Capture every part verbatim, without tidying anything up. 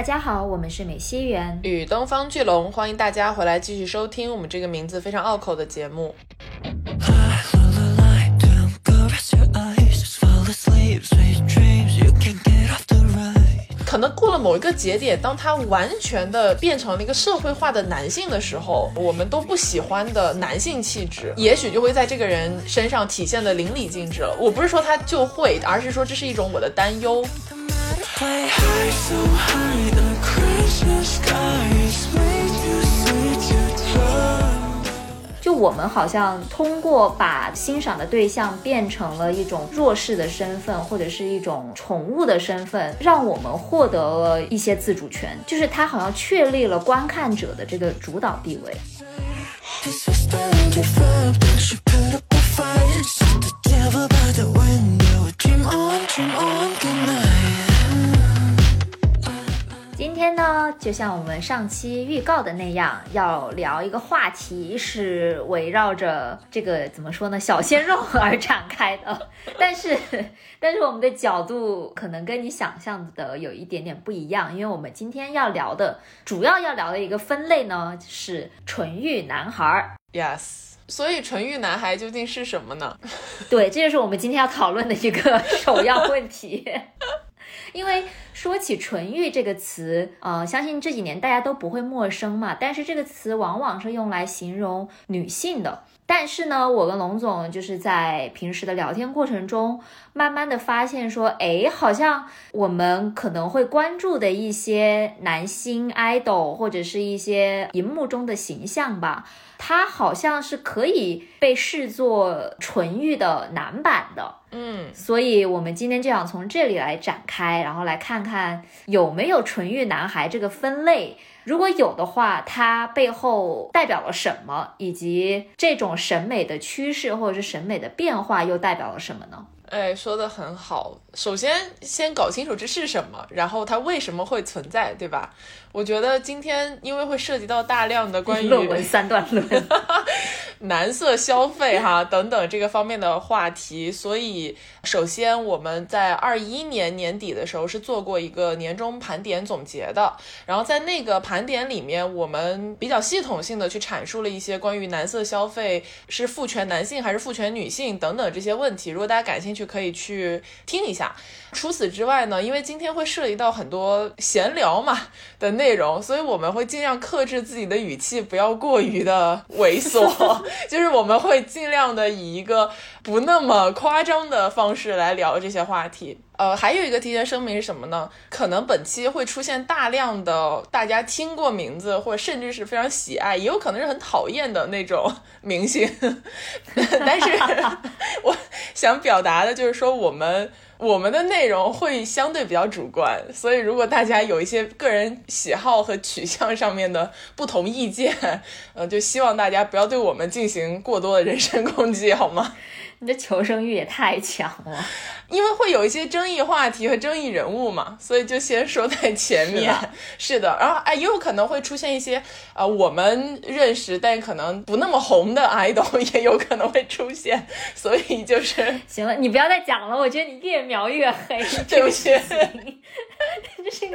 大家好，我们是美西园与东方巨龙，欢迎大家回来继续收听我们这个名字非常拗口的节目。可能过了某一个节点，当他完全的变成了一个社会化的男性的时候，我们都不喜欢的男性气质也许就会在这个人身上体现的淋漓尽致了。我不是说他就会，而是说这是一种我的担忧。 就我们好像通过把欣赏的对象变成了一种弱势的身份，或者是一种宠物的身份，让我们获得了一些自主权，就是它好像确立了观看者的这个主导地位。今天呢，就像我们上期预告的那样，要聊一个话题，是围绕着这个怎么说呢，小鲜肉而展开的。但是，但是我们的角度可能跟你想象的有一点点不一样，因为我们今天要聊的，主要要聊的一个分类呢，是纯欲男孩。 Yes。所以纯欲男孩究竟是什么呢？ 对，这就是我们今天要讨论的一个首要问题。因为说起纯欲这个词，呃，相信这几年大家都不会陌生嘛，但是这个词往往是用来形容女性的。但是呢，我跟龙总就是在平时的聊天过程中，慢慢的发现说，诶，好像我们可能会关注的一些男星 idol 或者是一些荧幕中的形象吧，它好像是可以被视作纯欲的男版的。 嗯， 所以我们今天就想从这里来展开，然后来看看有没有纯欲男孩这个分类，如果有的话，它背后代表了什么，以及这种审美的趋势或者是审美的变化又代表了什么呢？ 哎，说得很好。首先先搞清楚这是什么，然后它为什么会存在，对吧？我觉得今天因为会涉及到大量的关于论文三段论男色消费哈等等这个方面的话题，所以首先我们在二一年年底的时候是做过一个年终盘点总结的，然后在那个盘点里面，我们比较系统性的去阐述了一些关于男色消费是父权男性还是父权女性等等这些问题，如果大家感兴趣可以去听一下。除此之外呢，因为今天会涉及到很多闲聊嘛的内容，所以我们会尽量克制自己的语气，不要过于的猥琐就是我们会尽量的以一个不那么夸张的方式来聊这些话题。呃，还有一个提前声明是什么呢？可能本期会出现大量的大家听过名字或者甚至是非常喜爱，也有可能是很讨厌的那种明星但是我想表达的就是说我们我们的内容会相对比较主观，所以如果大家有一些个人喜好和取向上面的不同意见，呃，就希望大家不要对我们进行过多的人身攻击，好吗？ 你这求生欲也太强了。 因为会有一些争议话题和争议人物嘛，所以就先说在前面。是 的, 是的，然后哎，也有可能会出现一些呃我们认识但可能不那么红的 idol 也有可能会出现，所以就是行了，你不要再讲了，我觉得你越描越黑。 对不起这是一个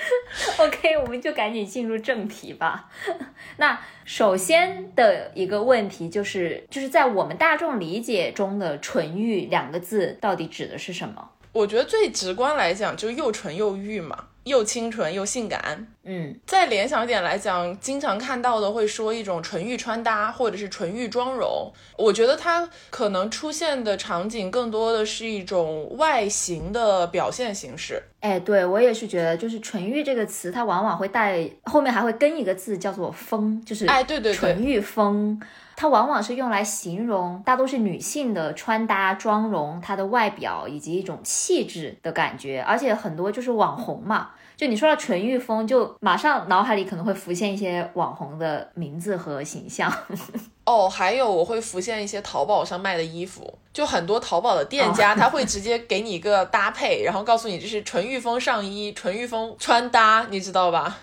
OK， 我们就赶紧进入正题吧。那首先的一个问题就是就是在我们大众理解中的纯欲两个字到底指的是什么？ 我觉得最直观来讲就又纯又欲嘛，又清纯又性感。 嗯， 再联想一点来讲，经常看到的会说一种纯欲穿搭或者是纯欲妆容，我觉得它可能出现的场景更多的是一种外形的表现形式。 哎，对，我也是觉得就是纯欲这个词它往往会带后面还会跟一个字叫做风，就是哎，对对对， 纯欲风，它往往是用来形容大多是女性的穿搭妆容，她的外表以及一种气质的感觉，而且很多就是网红嘛，就你说到纯欲风，就马上脑海里可能会浮现一些网红的名字和形象哦，还有我会浮现一些淘宝上卖的衣服，就很多淘宝的店家、哦、他会直接给你一个搭配然后告诉你这是纯欲风上衣，纯欲风穿搭，你知道吧？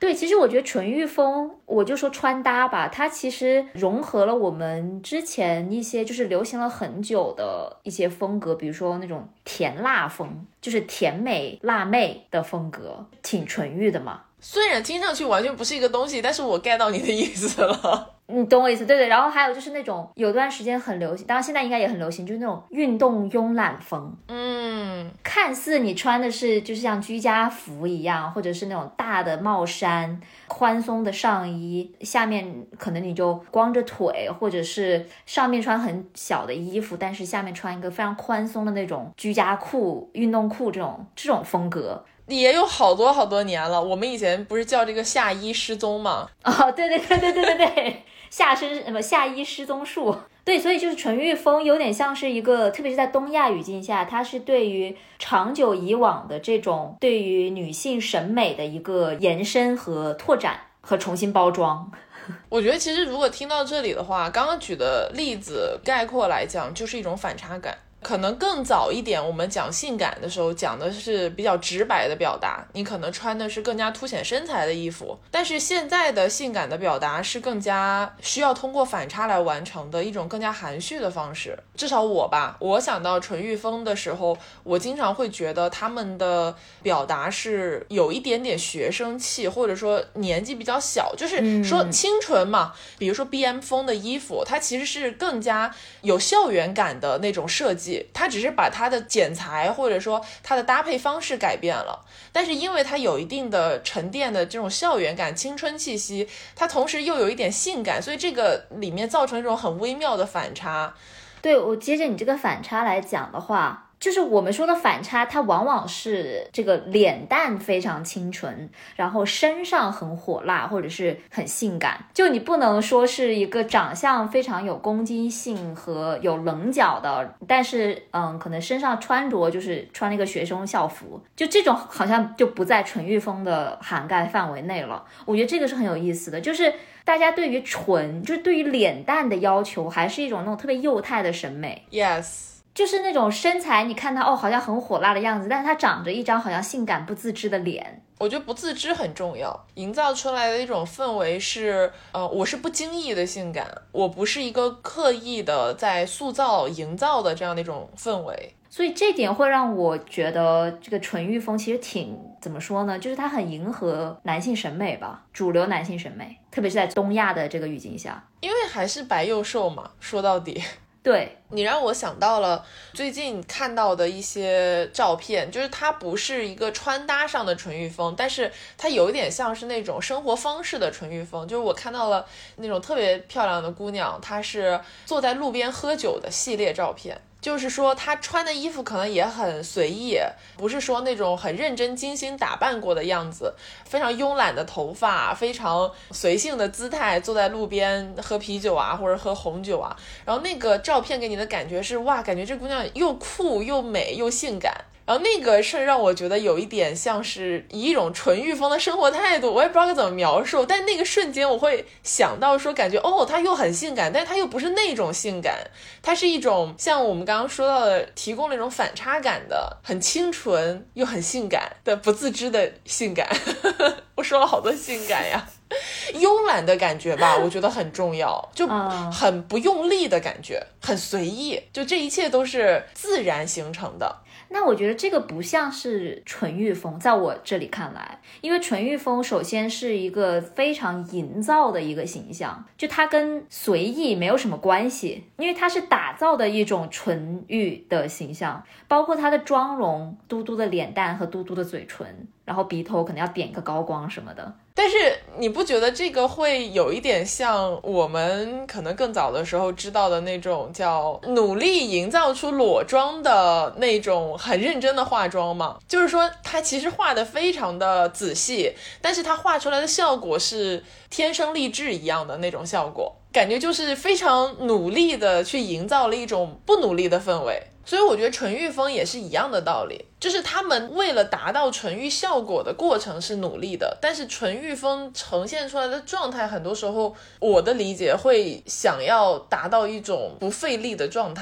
对，其实我觉得纯欲风，我就说穿搭吧，它其实融合了我们之前一些就是流行了很久的一些风格，比如说那种甜辣风，就是甜美辣妹的风格，挺纯欲的嘛。 虽然听上去完全不是一个东西，但是我 get 到你的意思了。 你懂我意思，对对。然后还有就是那种有段时间很流行，当然现在应该也很流行，就是那种运动慵懒风。 嗯， 看似你穿的是就是像居家服一样，或者是那种大的帽衫、宽松的上衣，下面可能你就光着腿，或者是上面穿很小的衣服，但是下面穿一个非常宽松的那种居家裤、运动裤，这种这种风格。 也有好多好多年了，我们以前不是叫这个夏衣失踪吗？ 哦，对对对对对对对，夏身什么夏衣失踪术。对，所以就是纯欲风有点像是一个，特别是在东亚语境下，它是对于长久以往的这种对于女性审美的一个延伸和拓展和重新包装。 我觉得其实如果听到这里的话，刚刚举的例子概括来讲就是一种反差感。可能更早一点我们讲性感的时候讲的是比较直白的表达，你可能穿的是更加凸显身材的衣服，但是现在的性感的表达是更加需要通过反差来完成的一种更加含蓄的方式。至少我吧，我想到纯欲风的时候，我经常会觉得他们的表达是有一点点学生气，或者说年纪比较小，就是说清纯嘛、嗯、比如说 B M 风的衣服，它其实是更加有校园感的那种设计，它只是把它的剪裁或者说它的搭配方式改变了，但是因为它有一定的沉淀的这种校园感、青春气息，它同时又有一点性感，所以这个里面造成一种很微妙的反差。 对，我接着你这个反差来讲的话，就是我们说的反差，它往往是这个脸蛋非常清纯，然后身上很火辣或者是很性感，就你不能说是一个长相非常有攻击性和有棱角的，但是嗯，可能身上穿着就是穿那个学生校服，就这种好像就不在纯欲风的涵盖范围内了。我觉得这个是很有意思的，就是大家对于纯，就是对于脸蛋的要求还是一种那种特别幼态的审美。 Yes， 就是那种身材你看他哦好像很火辣的样子，但是他长着一张好像性感不自知的脸。 我觉得不自知很重要，营造出来的一种氛围是呃，我是不经意的性感，我不是一个刻意的在塑造营造的这样的一种氛围。 所以这点会让我觉得这个纯欲风其实挺怎么说呢，就是它很迎合男性审美吧，主流男性审美，特别是在东亚的这个语境下， 因为还是白幼瘦嘛，说到底。 对， 你让我想到了最近看到的一些照片，就是它不是一个穿搭上的纯欲风，但是它有一点像是那种生活方式的纯欲风。就是我看到了那种特别漂亮的姑娘，她是坐在路边喝酒的系列照片，就是说她穿的衣服可能也很随意，不是说那种很认真精心打扮过的样子，非常慵懒的头发，非常随性的姿态，坐在路边喝啤酒啊或者喝红酒啊，然后那个照片给你的感觉是哇，感觉这姑娘又酷又美又性感。然后那个是让我觉得有一点像是以一种纯欲风的生活态度，我也不知道该怎么描述，但那个瞬间我会想到说感觉哦，它又很性感，但是它又不是那种性感，它是一种像我们刚刚说到的提供了一种反差感的很清纯又很性感的不自知的性感我说了好多性感呀慵懒的感觉吧，我觉得很重要，就很不用力的感觉，很随意，就这一切都是自然形成的。 那我觉得这个不像是纯欲风，在我这里看来，因为纯欲风首先是一个非常营造的一个形象，就它跟随意没有什么关系，因为它是打造的一种纯欲的形象，包括它的妆容，嘟嘟的脸蛋和嘟嘟的嘴唇，然后鼻头可能要点个高光什么的。 但是你不觉得这个会有一点像我们可能更早的时候知道的那种叫努力营造出裸妆的那种很认真的化妆吗？就是说它其实画的非常的仔细，但是它画出来的效果是天生丽质一样的那种效果，感觉就是非常努力的去营造了一种不努力的氛围。所以我觉得纯欲风也是一样的道理，就是他们为了达到纯欲效果的过程是努力的，但是纯欲风呈现出来的状态很多时候我的理解会想要达到一种不费力的状态。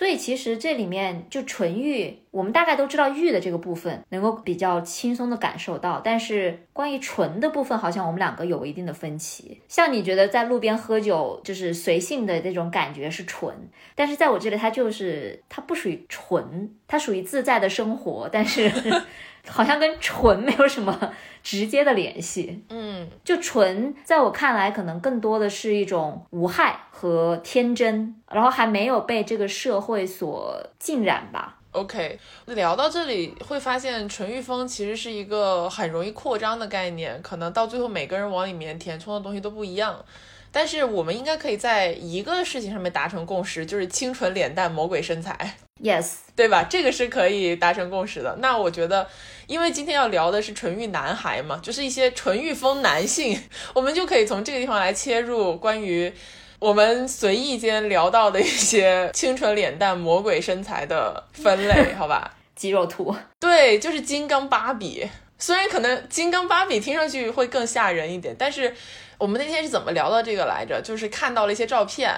所以其实这里面就纯欲，我们大概都知道欲的这个部分能够比较轻松的感受到，但是关于纯的部分好像我们两个有一定的分歧。像你觉得在路边喝酒就是随性的这种感觉是纯，但是在我这里它就是它不属于纯，它属于自在的生活，但是好像跟纯没有什么直接的联系。 嗯， 就纯在我看来可能更多的是一种无害和天真，然后还没有被这个社会所浸染吧。 OK， 聊到这里会发现纯欲风其实是一个很容易扩张的概念，可能到最后每个人往里面填充的东西都不一样，但是我们应该可以在一个事情上面达成共识，就是清纯脸蛋魔鬼身材。 Yes， 对吧？这个是可以达成共识的。那我觉得因为今天要聊的是纯欲男孩嘛，就是一些纯欲风男性，我们就可以从这个地方来切入关于我们随意间聊到的一些清纯脸蛋魔鬼身材的分类，好吧？ 肌肉图。 对，就是金刚芭比。虽然可能金刚芭比听上去会更吓人一点，但是我们那天是怎么聊到这个来着？就是看到了一些照片。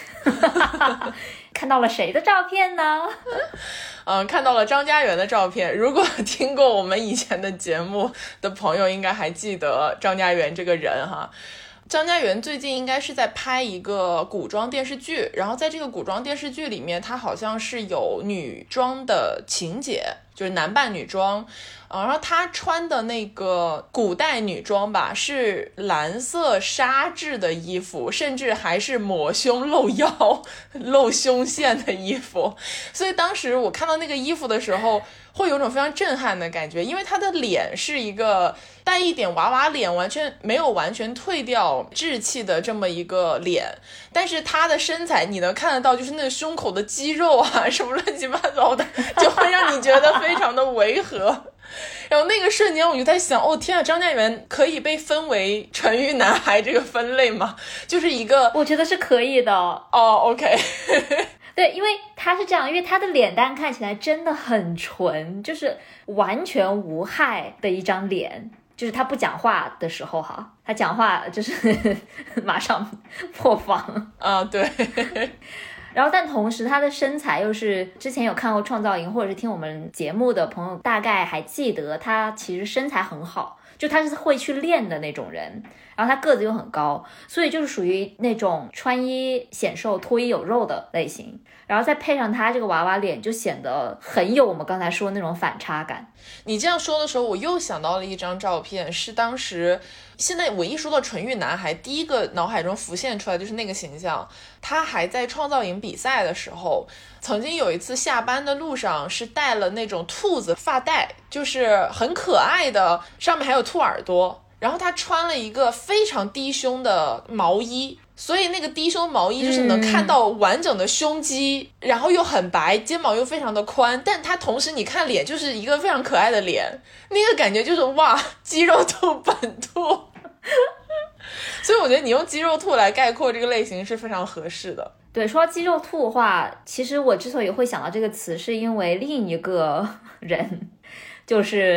看到了谁的照片呢？ 嗯，看到了张家源的照片。如果听过我们以前的节目的朋友应该还记得张家源这个人哈。张家源最近应该是在拍一个古装电视剧，然后在这个古装电视剧里面他好像是有女装的情节，就是男扮女装，然后他穿的那个古代女装吧是蓝色纱质的衣服，甚至还是抹胸露腰露胸线的衣服，所以当时我看到那个衣服的时候会有种非常震撼的感觉，因为他的脸是一个带一点娃娃脸，完全没有完全褪掉稚气的这么一个脸，但是他的身材你能看得到，就是那个胸口的肌肉啊什么乱七八糟的，就会让你觉得非常的违和。然后那个瞬间我就在想，哦天啊，张家源可以被分为纯欲男孩这个分类吗？就是一个， 我觉得是可以的。 哦 OK 对，因为他是这样，因为他的脸蛋看起来真的很纯，就是完全无害的一张脸，就是他不讲话的时候哈，他讲话就是马上破防啊，对。 然后但同时他的身材又是之前有看过创造营或者是听我们节目的朋友大概还记得，他其实身材很好，就他是会去练的那种人，然后他个子又很高，所以就是属于那种穿衣显瘦脱衣有肉的类型，然后再配上他这个娃娃脸，就显得很有我们刚才说的那种反差感。 你这样说的时候我又想到了一张照片，是当时现在我一说到纯欲男孩第一个脑海中浮现出来就是那个形象，他还在创造营比赛的时候，曾经有一次下班的路上是戴了那种兔子发带，就是很可爱的，上面还有兔耳朵，然后他穿了一个非常低胸的毛衣，所以那个低胸毛衣就是能看到完整的胸肌、嗯、然后又很白，肩膀又非常的宽，但他同时你看脸就是一个非常可爱的脸，那个感觉就是哇，肌肉兔本兔所以我觉得你用肌肉兔来概括这个类型是非常合适的。 对，说到肌肉兔的话，其实我之所以会想到这个词是因为另一个人，就是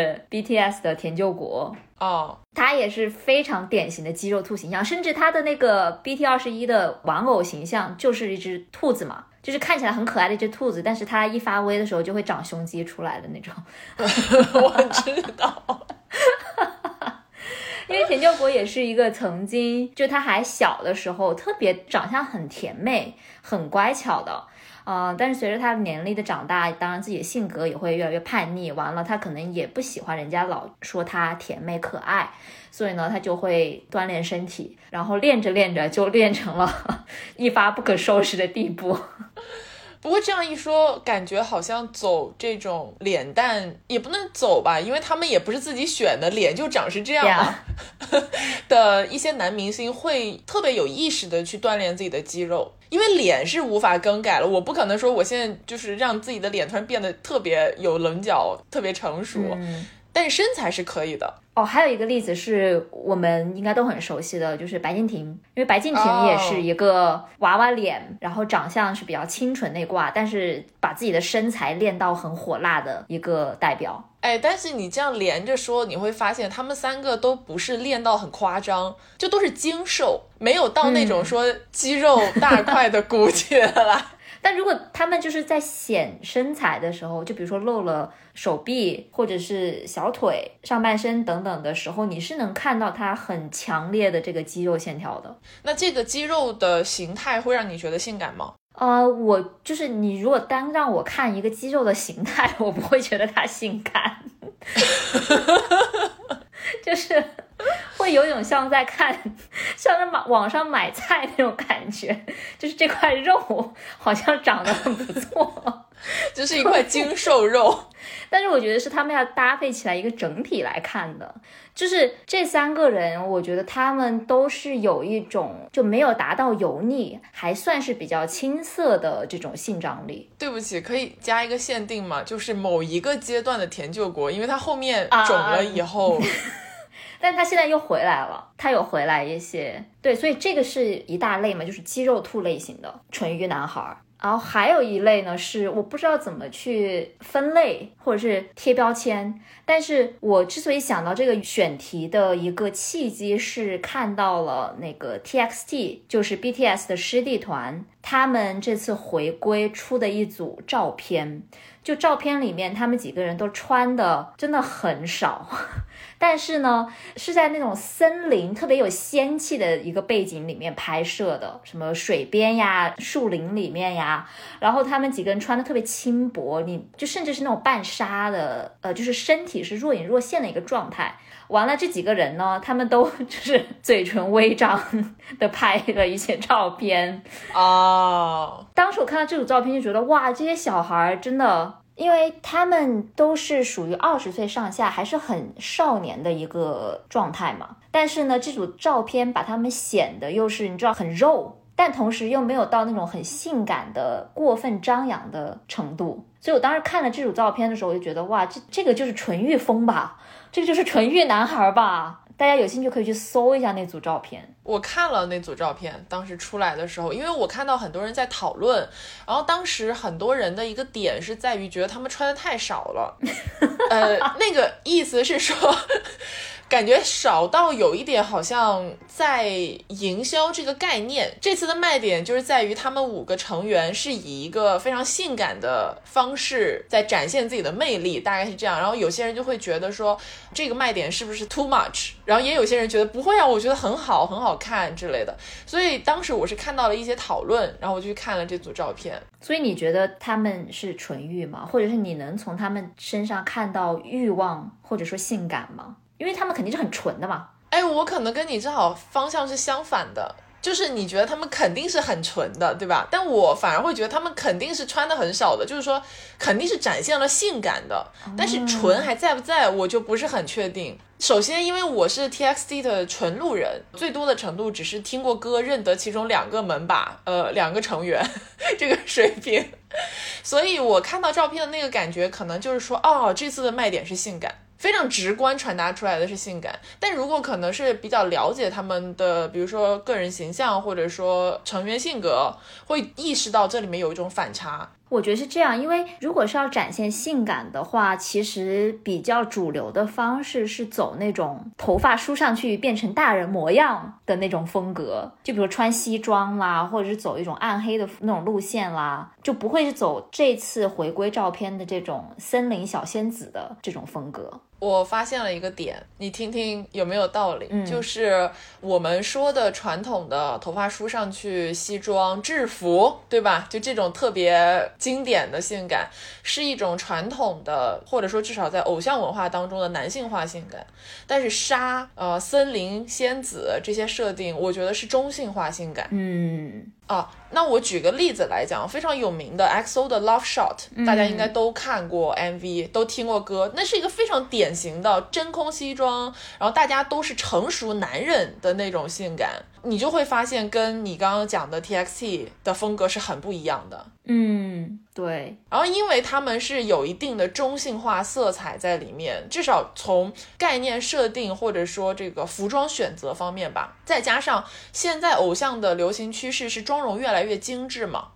B T S 的田柾国哦， 他也是非常典型的肌肉兔形象，甚至他的那个 B T 二十一 的玩偶形象就是一只兔子嘛，就是看起来很可爱的一只兔子，但是他一发威的时候就会长胸肌出来的那种我知道因为田柾国也是一个曾经就他还小的时候特别长相很甜美很乖巧的呃，但是随着他年龄的长大，当然自己的性格也会越来越叛逆，完了他可能也不喜欢人家老说他甜美可爱，所以呢他就会锻炼身体，然后练着练着就练成了一发不可收拾的地步。 不过这样一说，感觉好像走这种脸蛋也不能走吧，因为他们也不是自己选的，脸就长是这样嘛、yeah. 的一些男明星会特别有意识的去锻炼自己的肌肉，因为脸是无法更改了，我不可能说我现在就是让自己的脸突然变得特别有棱角特别成熟、嗯、但是身材是可以的。 哦，还有一个例子是我们应该都很熟悉的，就是白敬亭，因为白敬亭也是一个娃娃脸、oh. 然后长相是比较清纯那挂，但是把自己的身材练到很火辣的一个代表。 哎，但是你这样连着说，你会发现他们三个都不是练到很夸张，就都是精瘦，没有到那种说肌肉大块的骨节来、嗯但如果他们就是在显身材的时候，就比如说露了手臂或者是小腿、上半身等等的时候，你是能看到它很强烈的这个肌肉线条的。 那这个肌肉的形态会让你觉得性感吗？ 呃，我就是你如果单让我看一个肌肉的形态，我不会觉得它性感，就是会有一种像在看，像在网上买菜那种感觉，就是这块肉好像长得很不错， 就是一块精瘦肉。 但是我觉得是他们要搭配起来一个整体来看的，就是这三个人我觉得他们都是有一种就没有达到油腻，还算是比较青涩的这种性张力。 对不起，可以加一个限定吗？就是某一个阶段的田救国，因为他后面肿了以后、啊、 但他现在又回来了，他有回来一些。对，所以这个是一大类嘛，就是肌肉兔类型的纯欲男孩。然后还有一类呢，是我不知道怎么去分类或者是贴标签，但是我之所以想到这个选题的一个契机是看到了那个 T X T， 就是 B T S 的师弟团，他们这次回归出的一组照片，就照片里面他们几个人都穿的真的很少，但是呢是在那种森林特别有仙气的一个背景里面拍摄的，什么水边呀、树林里面呀，然后他们几个人穿的特别轻薄，你就甚至是那种半纱的，呃，就是身体是若隐若现的一个状态。完了，这几个人呢，他们都就是嘴唇微张的拍了一些照片哦。 Oh. 当时我看到这组照片就觉得，哇，这些小孩真的，因为他们都是属于二十岁上下，还是很少年的一个状态嘛。但是呢，这组照片把他们显得又是你知道很肉，但同时又没有到那种很性感的过分张扬的程度。所以我当时看了这组照片的时候，我就觉得哇，这这个就是纯欲风吧，这个就是纯欲男孩吧。大家有兴趣可以去搜一下那组照片。 我看了那组照片，当时出来的时候，因为我看到很多人在讨论，然后当时很多人的一个点是在于觉得他们穿的太少了，呃，那个意思是说感觉少到有一点好像在营销这个概念。这次的卖点就是在于他们五个成员是以一个非常性感的方式在展现自己的魅力，大概是这样。然后有些人就会觉得说这个卖点是不是 too much， 然后也有些人觉得不会啊，我觉得很好很好看之类的。所以当时我是看到了一些讨论，然后我就去看了这组照片。 所以你觉得他们是纯欲吗？或者是你能从他们身上看到欲望或者说性感吗？因为他们肯定是很纯的嘛。 哎，我可能跟你正好方向是相反的，就是你觉得他们肯定是很纯的，对吧？但我反而会觉得他们肯定是穿的很少的，就是说肯定是展现了性感的，但是纯还在不在我就不是很确定。首先因为我是 T X T 的纯路人，最多的程度只是听过歌，认得其中两个门把，呃，两个成员这个水平，所以我看到照片的那个感觉可能就是说，哦，这次的卖点是性感，非常直观传达出来的是性感。但如果可能是比较了解他们的比如说个人形象或者说成员性格，会意识到这里面有一种反差。 我觉得是这样，因为如果是要展现性感的话，其实比较主流的方式是走那种头发梳上去变成大人模样的那种风格，就比如穿西装啦，或者是走一种暗黑的那种路线啦，就不会是走这次回归照片的这种森林小仙子的这种风格。 我发现了一个点，你听听有没有道理、 嗯、 就是我们说的传统的头发梳上去西装制服，对吧？就这种特别经典的性感是一种传统的，或者说至少在偶像文化当中的男性化性感。但是纱呃森林仙子这些设定我觉得是中性化性感。 嗯啊，那我举个例子来讲，非常有名的 X O 的 Love Shot， 大家应该都看过 M V、嗯、都听过歌，那是一个非常典型的真空西装，然后大家都是成熟男人的那种性感，你就会发现跟你刚刚讲的 T X T 的风格是很不一样的。 嗯，对。 然后因为他们是有一定的中性化色彩在里面，至少从概念设定或者说这个服装选择方面吧，再加上现在偶像的流行趋势是妆容越来越精致嘛，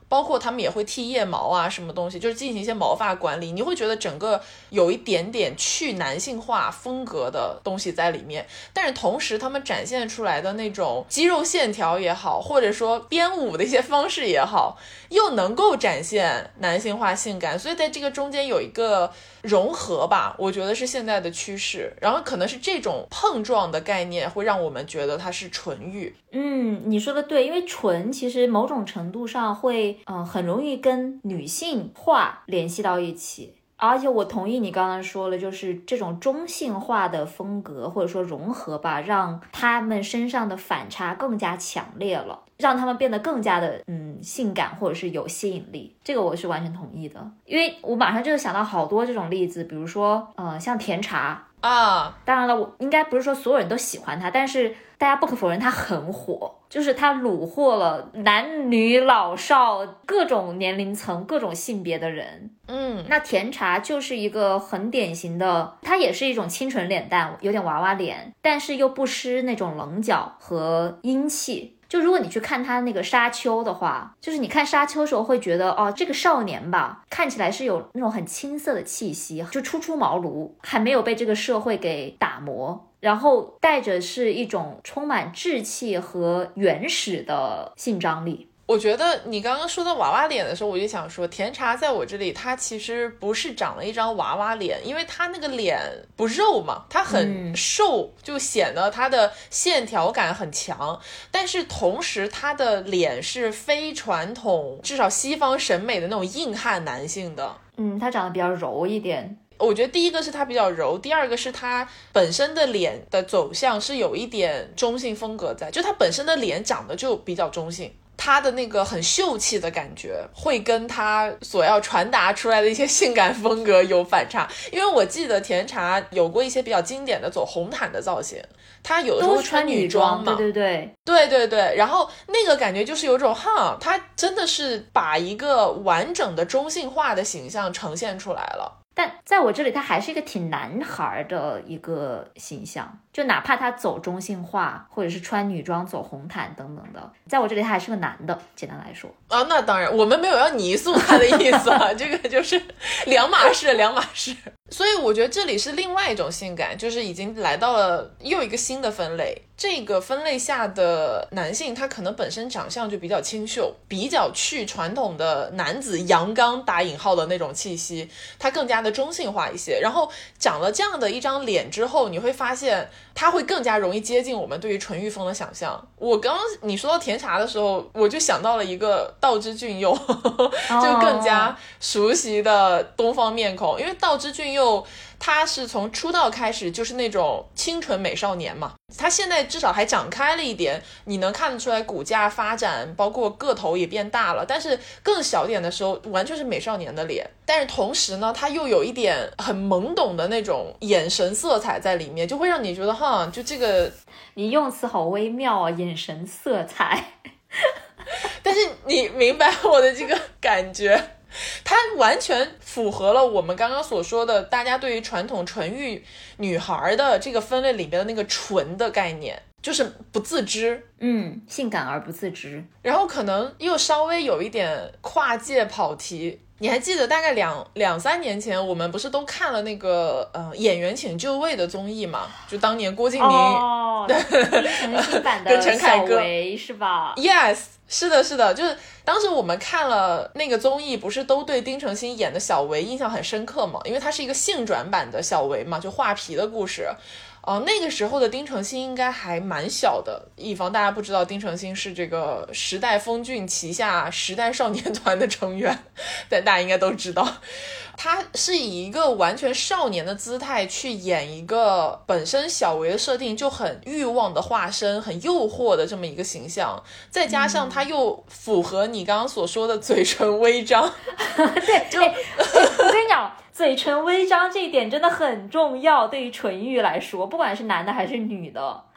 包括他们也会剃腋毛啊什么东西，就是进行一些毛发管理，你会觉得整个有一点点去男性化风格的东西在里面。但是同时他们展现出来的那种肌肉线条也好，或者说编舞的一些方式也好，又能够展现男性化性感，所以在这个中间有一个融合吧，我觉得是现在的趋势。然后可能是这种碰撞的概念会让我们觉得它是纯欲。 嗯，你说的对，因为纯其实某种程度上会呃很容易跟女性化联系到一起。而且我同意你刚刚说了，就是这种中性化的风格或者说融合吧，让他们身上的反差更加强烈了，让他们变得更加的嗯性感或者是有吸引力。这个我是完全同意的，因为我马上就想到好多这种例子，比如说呃像甜茶啊， 当然了，我应该不是说所有人都喜欢它，但是大家不可否认它很火，就是它虏获了男女老少各种年龄层各种性别的人。 嗯， 那甜茶就是一个很典型的，它也是一种清纯脸蛋，有点娃娃脸，但是又不失那种棱角和英气。就如果你去看他那个沙丘的话，就是你看沙丘的时候会觉得哦，这个少年吧，看起来是有那种很青涩的气息，就初出茅庐，还没有被这个社会给打磨，然后带着是一种充满稚气和原始的性张力。 我觉得你刚刚说到娃娃脸的时候，我就想说甜茶在我这里它其实不是长了一张娃娃脸，因为它那个脸不肉嘛，它很瘦、嗯、就显得它的线条感很强，但是同时它的脸是非传统至少西方审美的那种硬汉男性的。 嗯，他长得比较柔一点。 我觉得第一个是他比较柔，第二个是他本身的脸的走向是有一点中性风格在，就他本身的脸长得就比较中性，他的那个很秀气的感觉会跟他所要传达出来的一些性感风格有反差。因为我记得甜茶有过一些比较经典的走红毯的造型，他有的时候穿女装嘛， 对对对对对对，然后那个感觉就是有种哈，他真的是把一个完整的中性化的形象呈现出来了。 但在我这里他还是一个挺男孩的一个形象，就哪怕他走中性化或者是穿女装走红毯等等的，在我这里他还是个男的，简单来说啊，那当然我们没有要泥塑他的意思啊这个就是两码事两码事。所以我觉得这里是另外一种性感，就是已经来到了又一个新的分类。这个分类下的男性他可能本身长相就比较清秀，比较去传统的男子阳刚打引号的那种气息，他更加的中性化一些。然后长了这样的一张脸之后，你会发现他会更加容易接近我们对于纯欲风的想象。我刚刚你说到甜茶的时候，我就想到了一个道之俊佑就更加熟悉的东方面孔。因为道之俊佑他是从出道开始就是那种清纯美少年嘛，他现在至少还长开了一点，你能看得出来骨架发展，包括个头也变大了，但是更小点的时候完全是美少年的脸。但是同时呢，他又有一点很懵懂的那种眼神色彩在里面，就会让你觉得哈，就这个你用词好微妙啊，眼神色彩但是你明白我的这个感觉，它完全符合了我们刚刚所说的大家对于传统纯欲女孩的这个分类里边的那个纯的概念，就是不自知， 嗯，性感而不自知， 然后可能又稍微有一点跨界跑题。你还记得大概两两三年前我们不是都看了那个呃演员请就位的综艺嘛，就当年郭敬明哦，丁程鑫版的小维是吧？ Yes， 是的是的，就是当时我们看了那个综艺，不是都对丁程鑫演的小维印象很深刻嘛，因为他是一个性转版的小维嘛，就画皮的故事。呃，那个时候的丁程鑫应该还蛮小的，以防大家不知道，丁程鑫是这个时代峰峻旗下时代少年团的成员，但大家应该都知道，他是以一个完全少年的姿态去演一个本身小维的设定就很欲望的化身，很诱惑的这么一个形象，再加上他又符合你刚刚所说的嘴唇微张对，就、欸、我跟你讲嘴唇微张这一点真的很重要，对于纯欲来说，不管是男的还是女的。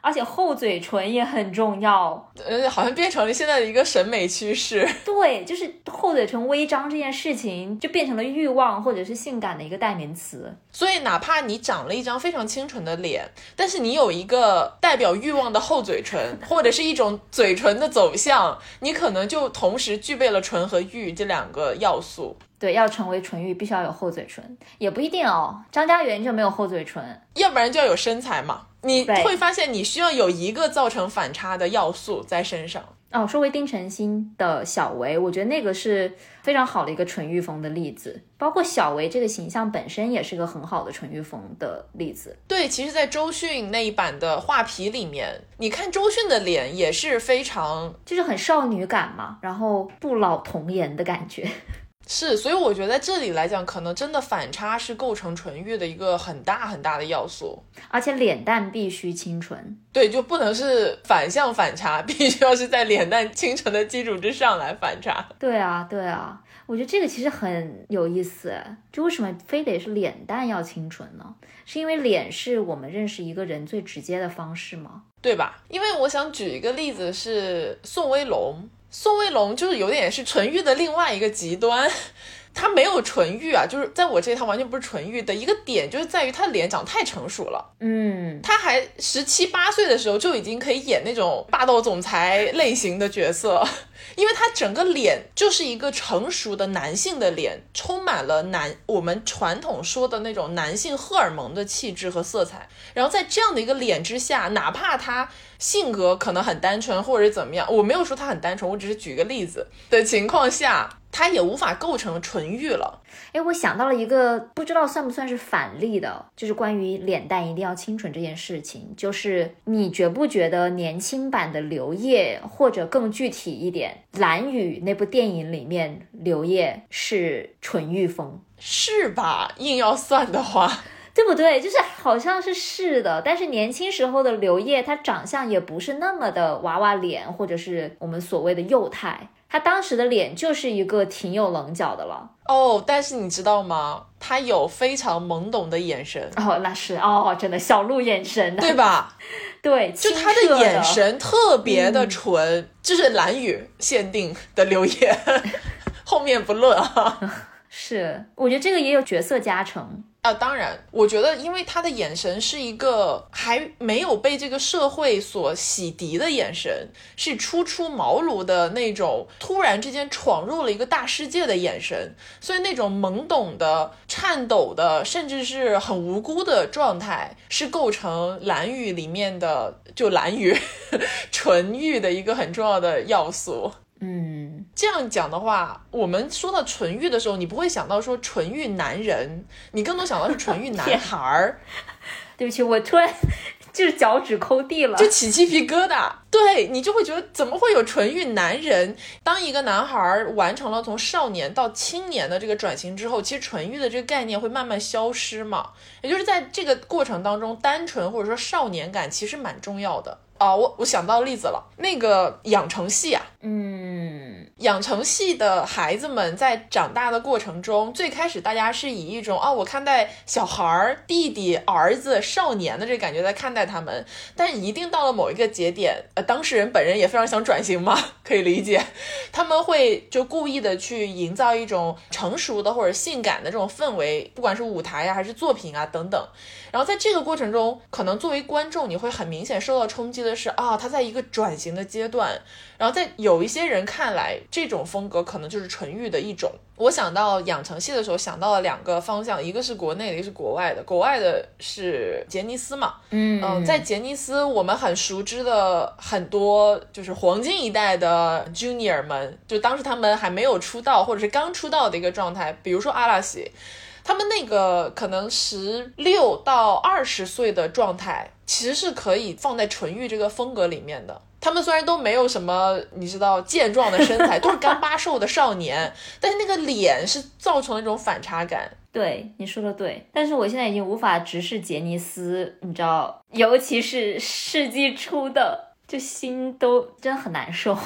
而且厚嘴唇也很重要， 呃，好像变成了现在的一个审美趋势。 对，就是厚嘴唇微张这件事情就变成了欲望或者是性感的一个代名词。 所以哪怕你长了一张非常清纯的脸，但是你有一个代表欲望的厚嘴唇，或者是一种嘴唇的走向，你可能就同时具备了唇和欲这两个要素。 对，要成为唇欲必须要有厚嘴唇，也不一定哦。张嘉元就没有厚嘴唇， 要不然就要有身材嘛。你会发现你需要有一个造成反差的要素在身上。 哦，说回丁程鑫的小维，我觉得那个是非常好的一个纯欲风的例子，包括小维这个形象本身也是个很好的纯欲风的例子。 对，其实在周迅那一版的画皮里面，你看周迅的脸也是非常就是很少女感嘛，然后不老童颜的感觉。 是，所以我觉得在这里来讲，可能真的反差是构成纯欲的一个很大很大的要素， 而且脸蛋必须清纯。 对，就不能是反向反差，必须要是在脸蛋清纯的基础之上来反差。 对啊，对啊，我觉得这个其实很有意思，就为什么非得是脸蛋要清纯呢？是因为脸是我们认识一个人最直接的方式吗？ 对吧？因为我想举一个例子是宋威龙。宋威龙就是有点是纯欲的另外一个极端，他没有纯欲啊，就是在我这里他完全不是纯欲的一个点，就是在于他脸长太成熟了。 嗯， 他还十七八岁的时候就已经可以演那种霸道总裁类型的角色，因为他整个脸就是一个成熟的男性的脸，充满了男我们传统说的那种男性荷尔蒙的气质和色彩。然后在这样的一个脸之下，哪怕他性格可能很单纯或者怎么样，我没有说他很单纯，我只是举个例子的情况下，他也无法构成纯欲了。 诶，我想到了一个不知道算不算是反例的，就是关于脸蛋一定要清纯这件事情，就是你觉不觉得年轻版的刘烨，或者更具体一点，蓝宇那部电影里面刘烨是纯欲风？ 是吧？硬要算的话， 对不对？就是好像是是的，但是年轻时候的刘烨，他长相也不是那么的娃娃脸，或者是我们所谓的幼态，他当时的脸就是一个挺有棱角的了。 哦，但是你知道吗？他有非常懵懂的眼神。 哦，那是哦，真的小鹿眼神的， 对吧？ 对， 就他的眼神特别的纯，嗯、就是蓝宇限定的刘烨，后面不论啊。 是，我觉得这个也有角色加成。 啊，当然，我觉得因为他的眼神是一个还没有被这个社会所洗涤的眼神，是初出茅庐的那种突然之间闯入了一个大世界的眼神，所以那种懵懂的、颤抖的，甚至是很无辜的状态，是构成蓝宇里面的就蓝宇纯欲的一个很重要的要素。 嗯， 这样讲的话，我们说到纯欲的时候，你不会想到说纯欲男人，你更多想到是纯欲男孩儿。 对不起，我突然就是脚趾抠地了， 就起鸡皮疙瘩。对，你就会觉得怎么会有纯欲男人？当一个男孩完成了从少年到青年的这个转型之后，其实纯欲的这个概念会慢慢消失嘛。也就是在这个过程当中，单纯或者说少年感其实蛮重要的。啊，我我想到例子了，那个养成系啊， 嗯， 养成系的孩子们在长大的过程中，最开始大家是以一种啊，我看待小孩、弟弟、儿子、少年的这个感觉在看待他们，但一定到了某一个节点，呃，当事人本人也非常想转型嘛，可以理解，他们会就故意的去营造一种成熟的或者性感的这种氛围，不管是舞台啊还是作品啊等等。然后在这个过程中，可能作为观众你会很明显受到冲击的是啊，他在一个转型的阶段，然后在有一些人看来，这种风格可能就是纯欲的一种。我想到养成系的时候想到了两个方向，一个是国内的，一个是国外的。国外的是杰尼斯嘛， 嗯嗯、呃，在杰尼斯我们很熟知的很多就是黄金一代的 junior 们，就当时他们还没有出道或者是刚出道的一个状态，比如说阿拉西，他们那个可能十六到二十岁的状态，其实是可以放在纯欲这个风格里面的。他们虽然都没有什么你知道健壮的身材，都是干巴瘦的少年，但是那个脸是造成了一种反差感。 对，你说的对，但是我现在已经无法直视杰尼斯，你知道，尤其是世纪初的，就心都真的很难受。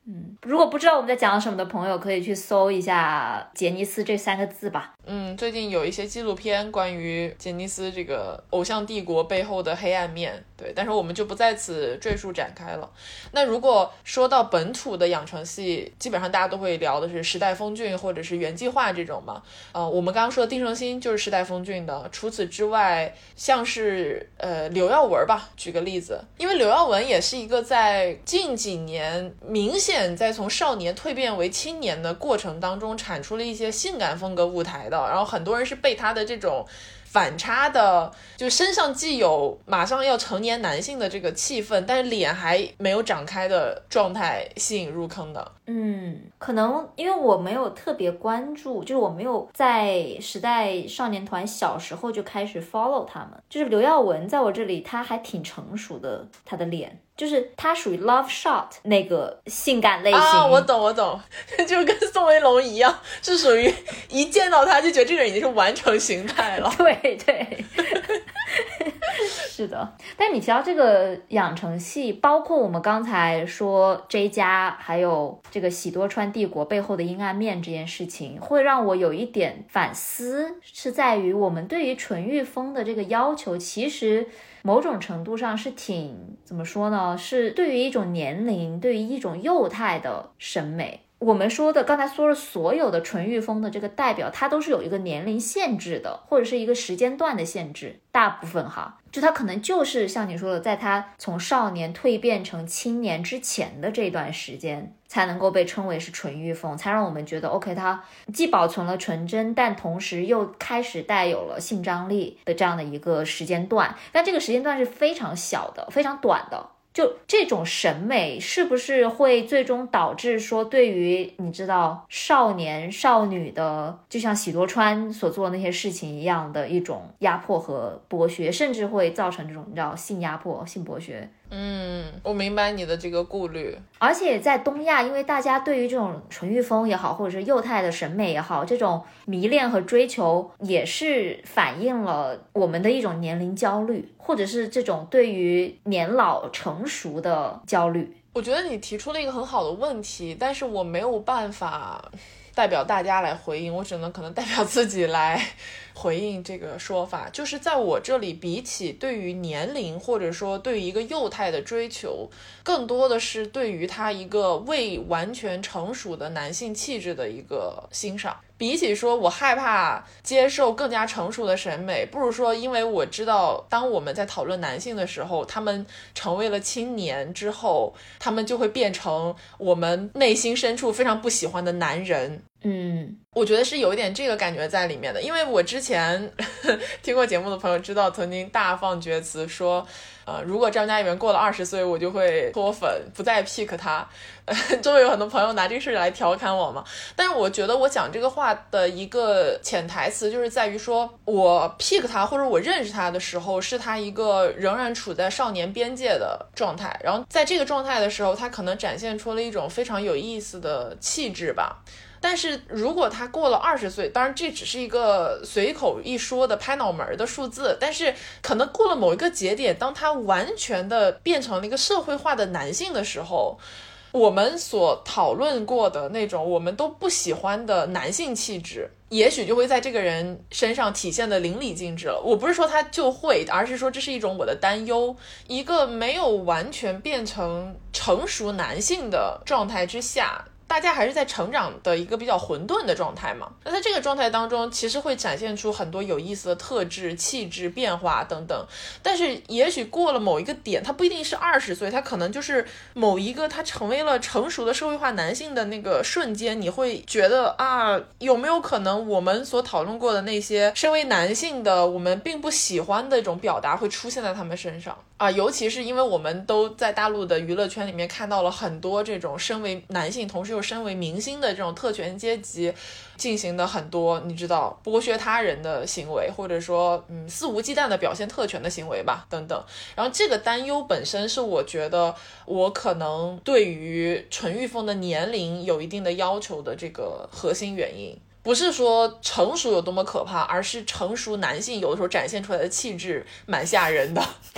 嗯，如果不知道我们在讲什么的朋友，可以去搜一下杰尼斯这三个字吧。 嗯，最近有一些纪录片关于杰尼斯这个偶像帝国背后的黑暗面，对，但是我们就不在此赘述展开了。那如果说到本土的养成系，基本上大家都会聊的是时代峰峻或者是原计划这种嘛。呃，我们刚刚说的定胜星就是时代峰峻的。除此之外，像是呃刘耀文吧，举个例子，因为刘耀文也是一个在近几年明显在从少年蜕变为青年的过程当中产出了一些性感风格舞台的，然后很多人是被他的这种反差的，就身上既有马上要成年男性的这个气氛，但是脸还没有长开的状态吸引入坑的。 嗯，可能因为我没有特别关注，就是我没有在时代少年团小时候就开始 follow 他们，就是刘耀文在我这里他还挺成熟的，他的脸就是他属于 Love Shot 那个性感类型啊，我懂我懂，就跟宋威龙一样，是属于一见到他就觉得这个人已经是完成形态了。 对对是的。但你提到这个养成系，包括我们刚才说 J 家还有这个喜多川帝国背后的阴暗面这件事情，会让我有一点反思，是在于我们对于纯欲风的这个要求其实某种程度上是挺怎么说呢，是对于一种年龄，对于一种幼态的审美。我们说的刚才说了所有的纯欲风的这个代表，它都是有一个年龄限制的，或者是一个时间段的限制，大部分哈，就它可能就是像你说的，在它从少年蜕变成青年之前的这段时间才能够被称为是纯欲风，才让我们觉得 OK 它既保存了纯真，但同时又开始带有了性张力的这样的一个时间段，但这个时间段是非常小的，非常短的。就这种审美是不是会最终导致说，对于你知道少年少女的，就像喜多川所做的那些事情一样的一种压迫和剥削，甚至会造成这种你知道性压迫、性剥削。 嗯，我明白你的这个顾虑。 而且在东亚，因为大家对于这种纯欲风也好，或者是幼态的审美也好，这种迷恋和追求也是反映了我们的一种年龄焦虑，或者是这种对于年老成熟的焦虑。 我觉得你提出了一个很好的问题，但是我没有办法代表大家来回应，我只能可能代表自己来回应这个说法。就是在我这里，比起对于年龄或者说对于一个幼态的追求，更多的是对于他一个未完全成熟的男性气质的一个欣赏。比起说我害怕接受更加成熟的审美，不如说因为我知道当我们在讨论男性的时候，他们成为了青年之后，他们就会变成我们内心深处非常不喜欢的男人。 嗯， 我觉得是有一点这个感觉在里面的。因为我之前呵呵听过节目的朋友知道，曾经大放厥词说呃，如果张嘉译过了二十岁，我就会脱粉，不再 pick 他。呃，周围有很多朋友拿这个事来调侃我嘛。但是我觉得我讲这个话的一个潜台词就是在于说，我 pick 他或者我认识他的时候，是他一个仍然处在少年边界的状态。然后在这个状态的时候，他可能展现出了一种非常有意思的气质吧。但是如果他过了二十岁，当然这只是一个随口一说的拍脑门的数字，但是可能过了某一个节点，当他完全的变成了一个社会化的男性的时候，我们所讨论过的那种我们都不喜欢的男性气质，也许就会在这个人身上体现的淋漓尽致了。我不是说他就会，而是说这是一种我的担忧。一个没有完全变成成熟男性的状态之下，大家还是在成长的一个比较混沌的状态嘛。那在这个状态当中，其实会展现出很多有意思的特质、气质变化等等。但是也许过了某一个点，他不一定是二十岁，他可能就是某一个他成为了成熟的社会化男性的那个瞬间，你会觉得啊，有没有可能我们所讨论过的那些身为男性的我们并不喜欢的一种表达会出现在他们身上啊？尤其是因为我们都在大陆的娱乐圈里面看到了很多这种身为男性同时又身为明星的这种特权阶级进行的很多你知道剥削他人的行为，或者说嗯肆无忌惮的表现特权的行为吧等等。然后这个担忧本身是我觉得我可能对于纯欲风的年龄有一定的要求的这个核心原因。不是说成熟有多么可怕，而是成熟男性有的时候展现出来的气质蛮吓人的。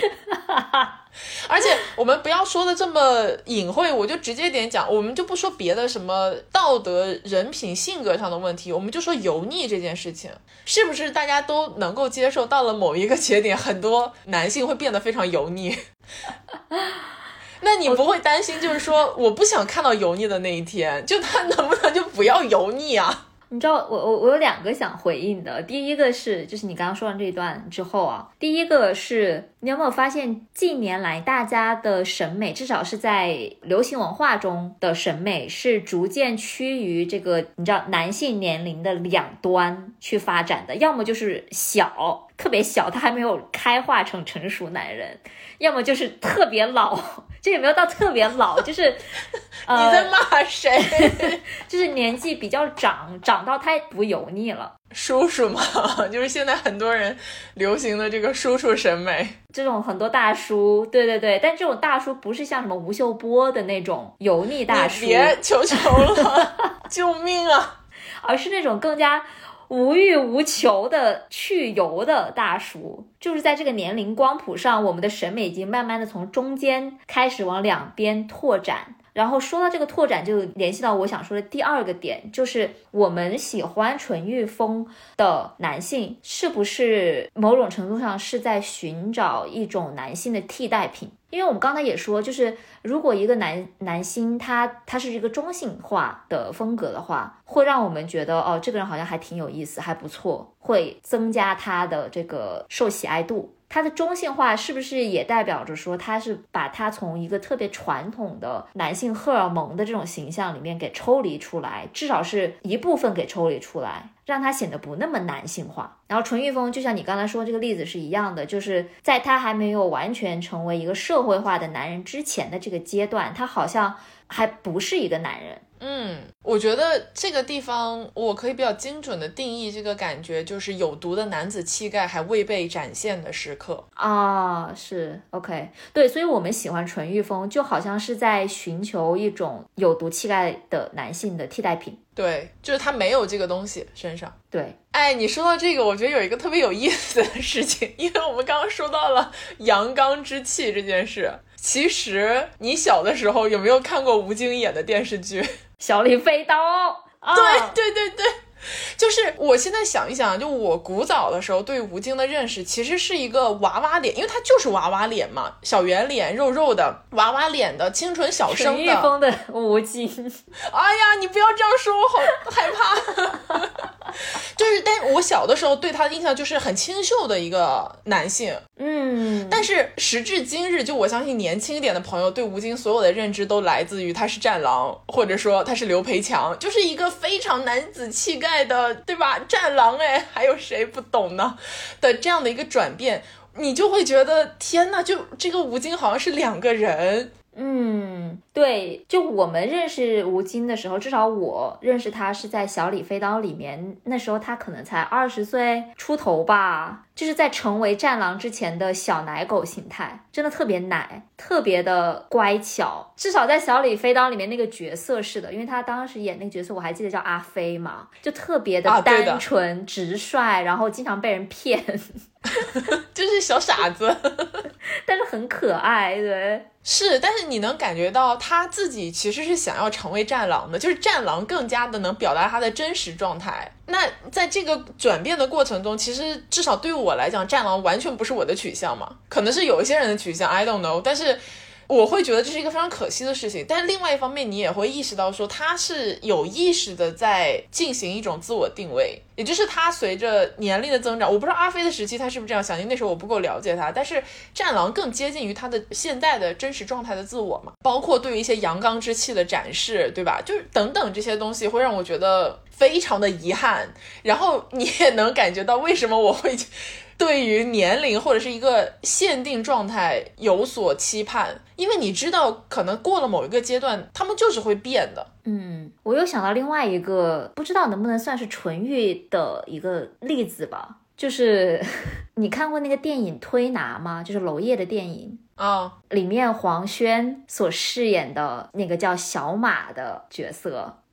而且我们不要说的这么隐晦，我就直接点讲，我们就不说别的什么道德、人品、性格上的问题，我们就说油腻这件事情，是不是大家都能够接受，到了某一个节点，很多男性会变得非常油腻？那你不会担心，就是说我不想看到油腻的那一天，就他能不能就不要油腻啊？ 你知道我我我有两个想回应的，第一个是就是你刚刚说完这一段之后啊，第一个是你有没有发现近年来大家的审美，至少是在流行文化中的审美是逐渐趋于这个你知道男性年龄的两端去发展的，要么就是小特别小，他还没有开化成成熟男人，要么就是特别老，这也没有到特别老，就是呃、你在骂谁？ 就是年纪比较长，长到太不油腻了。 叔叔嘛，就是现在很多人流行的这个叔叔审美， 这种很多大叔，对对对，但这种大叔不是像什么吴秀波的那种油腻大叔， 你别求求了，救命啊！ 而是那种更加无欲无求的去油的大叔，就是在这个年龄光谱上，我们的审美已经慢慢的从中间开始往两边拓展。然后说到这个拓展，就联系到我想说的第二个点，就是我们喜欢纯欲风的男性，是不是某种程度上是在寻找一种男性的替代品？因为我们刚才也说，就是如果一个男男星他他是一个中性化的风格的话，会让我们觉得哦，这个人好像还挺有意思，还不错，会增加他的这个受喜爱度。它的中性化是不是也代表着说他是把他从一个特别传统的男性荷尔蒙的这种形象里面给抽离出来，至少是一部分给抽离出来，让他显得不那么男性化。然后纯欲风就像你刚才说这个例子是一样的，就是在他还没有完全成为一个社会化的男人之前的这个阶段，他好像还不是一个男人。 嗯，我觉得这个地方我可以比较精准的定义这个感觉，就是有毒的男子气概还未被展现的时刻啊，是 OK， 对，所以我们喜欢纯欲风，就好像是在寻求一种有毒气概的男性的替代品。 对，就是他没有这个东西身上。 对， 哎，你说到这个，我觉得有一个特别有意思的事情，因为我们刚刚说到了阳刚之气这件事。其实你小的时候有没有看过吴京演的电视剧《 小李飞刀》？啊， 对对对对，就是我现在想一想，就我古早的时候对吴京的认识其实是一个娃娃脸，因为他就是娃娃脸嘛，小圆脸肉肉的娃娃脸的清纯小生的纯欲风的吴京。 哎呀，你不要这样说，我好害怕。就是但我小的时候对他的印象就是很清秀的一个男性， 嗯， 但是时至今日，就我相信年轻一点的朋友对吴京所有的认知都来自于他是战狼，或者说他是刘培强，就是一个非常男子气概的，对吧？战狼，哎，还有谁不懂呢？的这样的一个转变，你就会觉得天哪，就这个吴京好像是两个人。 嗯，对，就我们认识吴京的时候，至少我认识他是在《小李飞刀》里面，那时候他可能才二十岁出头吧，就是在成为战狼之前的小奶狗形态，真的特别奶，特别的乖巧。至少在《小李飞刀》里面那个角色是的，因为他当时演那个角色，我还记得叫阿飞嘛，就特别的单纯、啊、直率，然后经常被人骗。 就是小傻子但是很可爱。对， 是，但是你能感觉到他自己其实是想要成为战狼的，就是战狼更加的能表达他的真实状态。那在这个转变的过程中，其实至少对于我来讲，战狼完全不是我的取向嘛，可能是有一些人的取向 I don't know， 但是我会觉得这是一个非常可惜的事情。但另外一方面，你也会意识到说他是有意识的在进行一种自我定位，也就是他随着年龄的增长，我不知道阿飞的时期他是不是这样想，因为那时候我不够了解他，但是战狼更接近于他的现在的真实状态的自我嘛，包括对于一些阳刚之气的展示，对吧？就是等等这些东西会让我觉得非常的遗憾。然后你也能感觉到为什么我会对于年龄或者是一个限定状态有所期盼，因为你知道可能过了某一个阶段他们就是会变的。 嗯，我又想到另外一个不知道能不能算是纯欲的一个例子吧，就是你看过那个电影推拿吗？就是娄烨的电影啊、oh. 里面黄轩所饰演的那个叫小马的角色，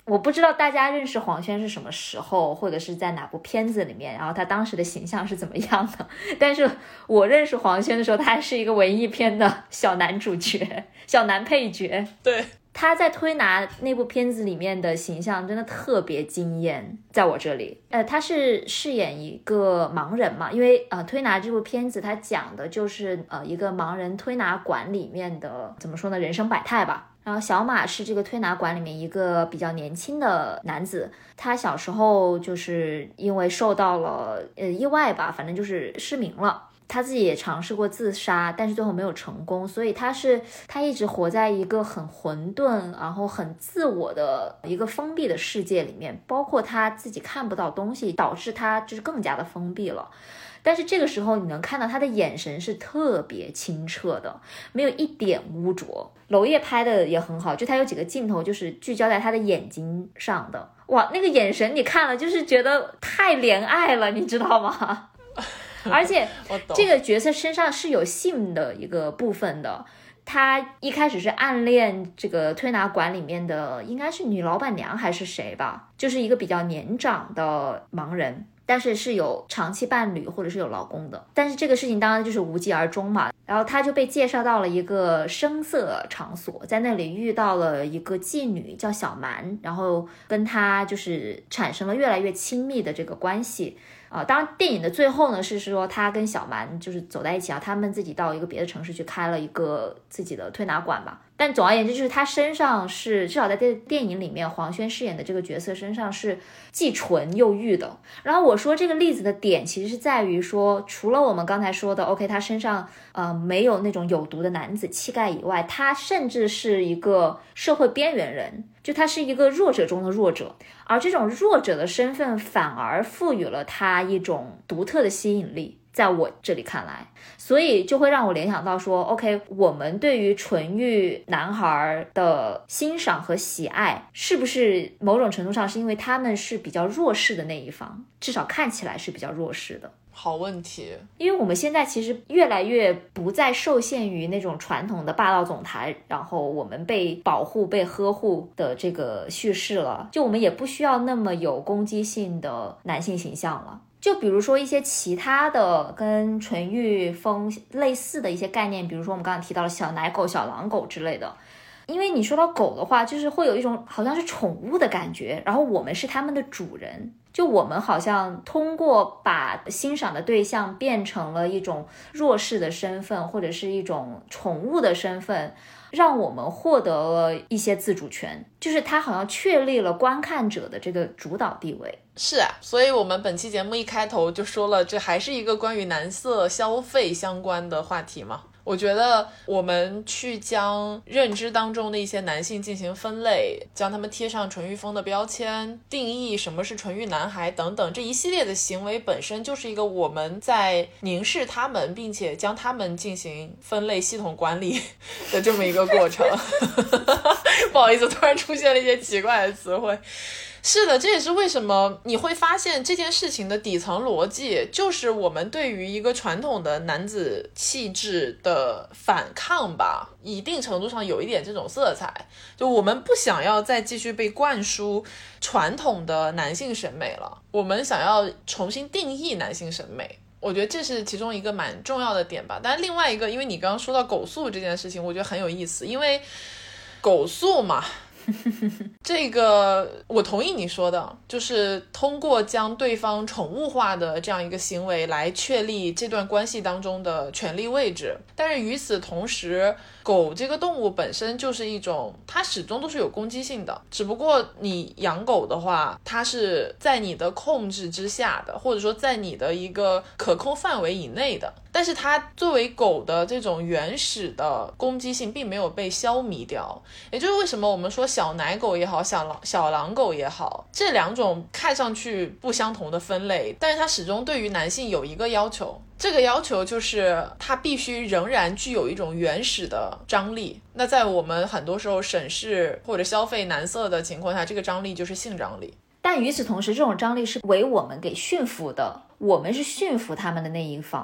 我不知道大家认识黄轩是什么时候，或者是在哪部片子里面，然后他当时的形象是怎么样的，但是我认识黄轩的时候，他还是一个文艺片的小男主角，小男配角。 对， 他在推拿那部片子里面的形象真的特别惊艳，在我这里，呃，他是饰演一个盲人嘛，因为呃，推拿这部片子它讲的就是呃一个盲人推拿馆里面的怎么说呢，人生百态吧。然后小马是这个推拿馆里面一个比较年轻的男子，他小时候就是因为受到了呃意外吧，反正就是失明了。他自己也尝试过自杀，但是最后没有成功，所以他是他一直活在一个很混沌然后很自我的一个封闭的世界里面，包括他自己看不到东西，导致他就是更加的封闭了。但是这个时候你能看到他的眼神是特别清澈的，没有一点污浊。娄烨拍的也很好，就他有几个镜头就是聚焦在他的眼睛上的，哇，那个眼神你看了就是觉得太怜爱了，你知道吗？而且这个角色身上是有性的一个部分的，他一开始是暗恋这个推拿馆里面的应该是女老板娘还是谁吧，就是一个比较年长的盲人，但是是有长期伴侣或者是有老公的，但是这个事情当然就是无疾而终嘛。然后他就被介绍到了一个声色场所，在那里遇到了一个妓女叫小蛮，然后跟他就是产生了越来越亲密的这个关系。啊、呃，当然电影的最后呢是说他跟小蛮就是走在一起啊，他们自己到一个别的城市去开了一个自己的推拿馆吧。但总而言之，就是他身上是至少在电电影里面，黄轩饰演的这个角色身上是既纯又欲的。然后我说这个例子的点其实是在于说，除了我们刚才说的 OK 他身上呃没有那种有毒的男子气概以外，他甚至是一个社会边缘人，就他是一个弱者中的弱者，而这种弱者的身份反而赋予了他一种独特的吸引力，在我这里看来，所以就会让我联想到说 OK 我们对于纯欲男孩的欣赏和喜爱，是不是某种程度上是因为他们是比较弱势的那一方，至少看起来是比较弱势的。 好问题， 因为我们现在其实越来越不再受限于那种传统的霸道总裁，然后我们被保护被呵护的这个叙事了，就我们也不需要那么有攻击性的男性形象了。就比如说一些其他的跟纯欲风类似的一些概念，比如说我们刚刚提到了小奶狗小狼狗之类的，因为你说到狗的话，就是会有一种好像是宠物的感觉，然后我们是他们的主人，就我们好像通过把欣赏的对象变成了一种弱势的身份，或者是一种宠物的身份，让我们获得了一些自主权，就是它好像确立了观看者的这个主导地位。 是啊，所以我们本期节目一开头就说了，这还是一个关于男色消费相关的话题嘛。我觉得我们去将认知当中的一些男性进行分类，将他们贴上纯欲风的标签，定义什么是纯欲男孩等等，这一系列的行为本身就是一个我们在凝视他们并且将他们进行分类系统管理的这么一个过程。不好意思，突然出现了一些奇怪的词汇。是的，这也是为什么你会发现这件事情的底层逻辑就是我们对于一个传统的男子气质的反抗吧，一定程度上有一点这种色彩，就我们不想要再继续被灌输传统的男性审美了，我们想要重新定义男性审美，我觉得这是其中一个蛮重要的点吧。但另外一个，因为你刚刚说到狗素这件事情，我觉得很有意思，因为狗素嘛这个我同意你说的，就是通过将对方宠物化的这样一个行为来确立这段关系当中的权力位置，但是与此同时，狗这个动物本身就是一种，它始终都是有攻击性的，只不过你养狗的话，它是在你的控制之下的，或者说在你的一个可控范围以内的，但是它作为狗的这种原始的攻击性并没有被消弭掉，也就是为什么我们说小奶狗也好，小狼小狼狗也好，这两种看上去不相同的分类，但是它始终对于男性有一个要求，这个要求就是它必须仍然具有一种原始的张力。那在我们很多时候审视或者消费男色的情况下，这个张力就是性张力。 但与此同时，这种张力是为我们给驯服的，我们是驯服他们的那一方。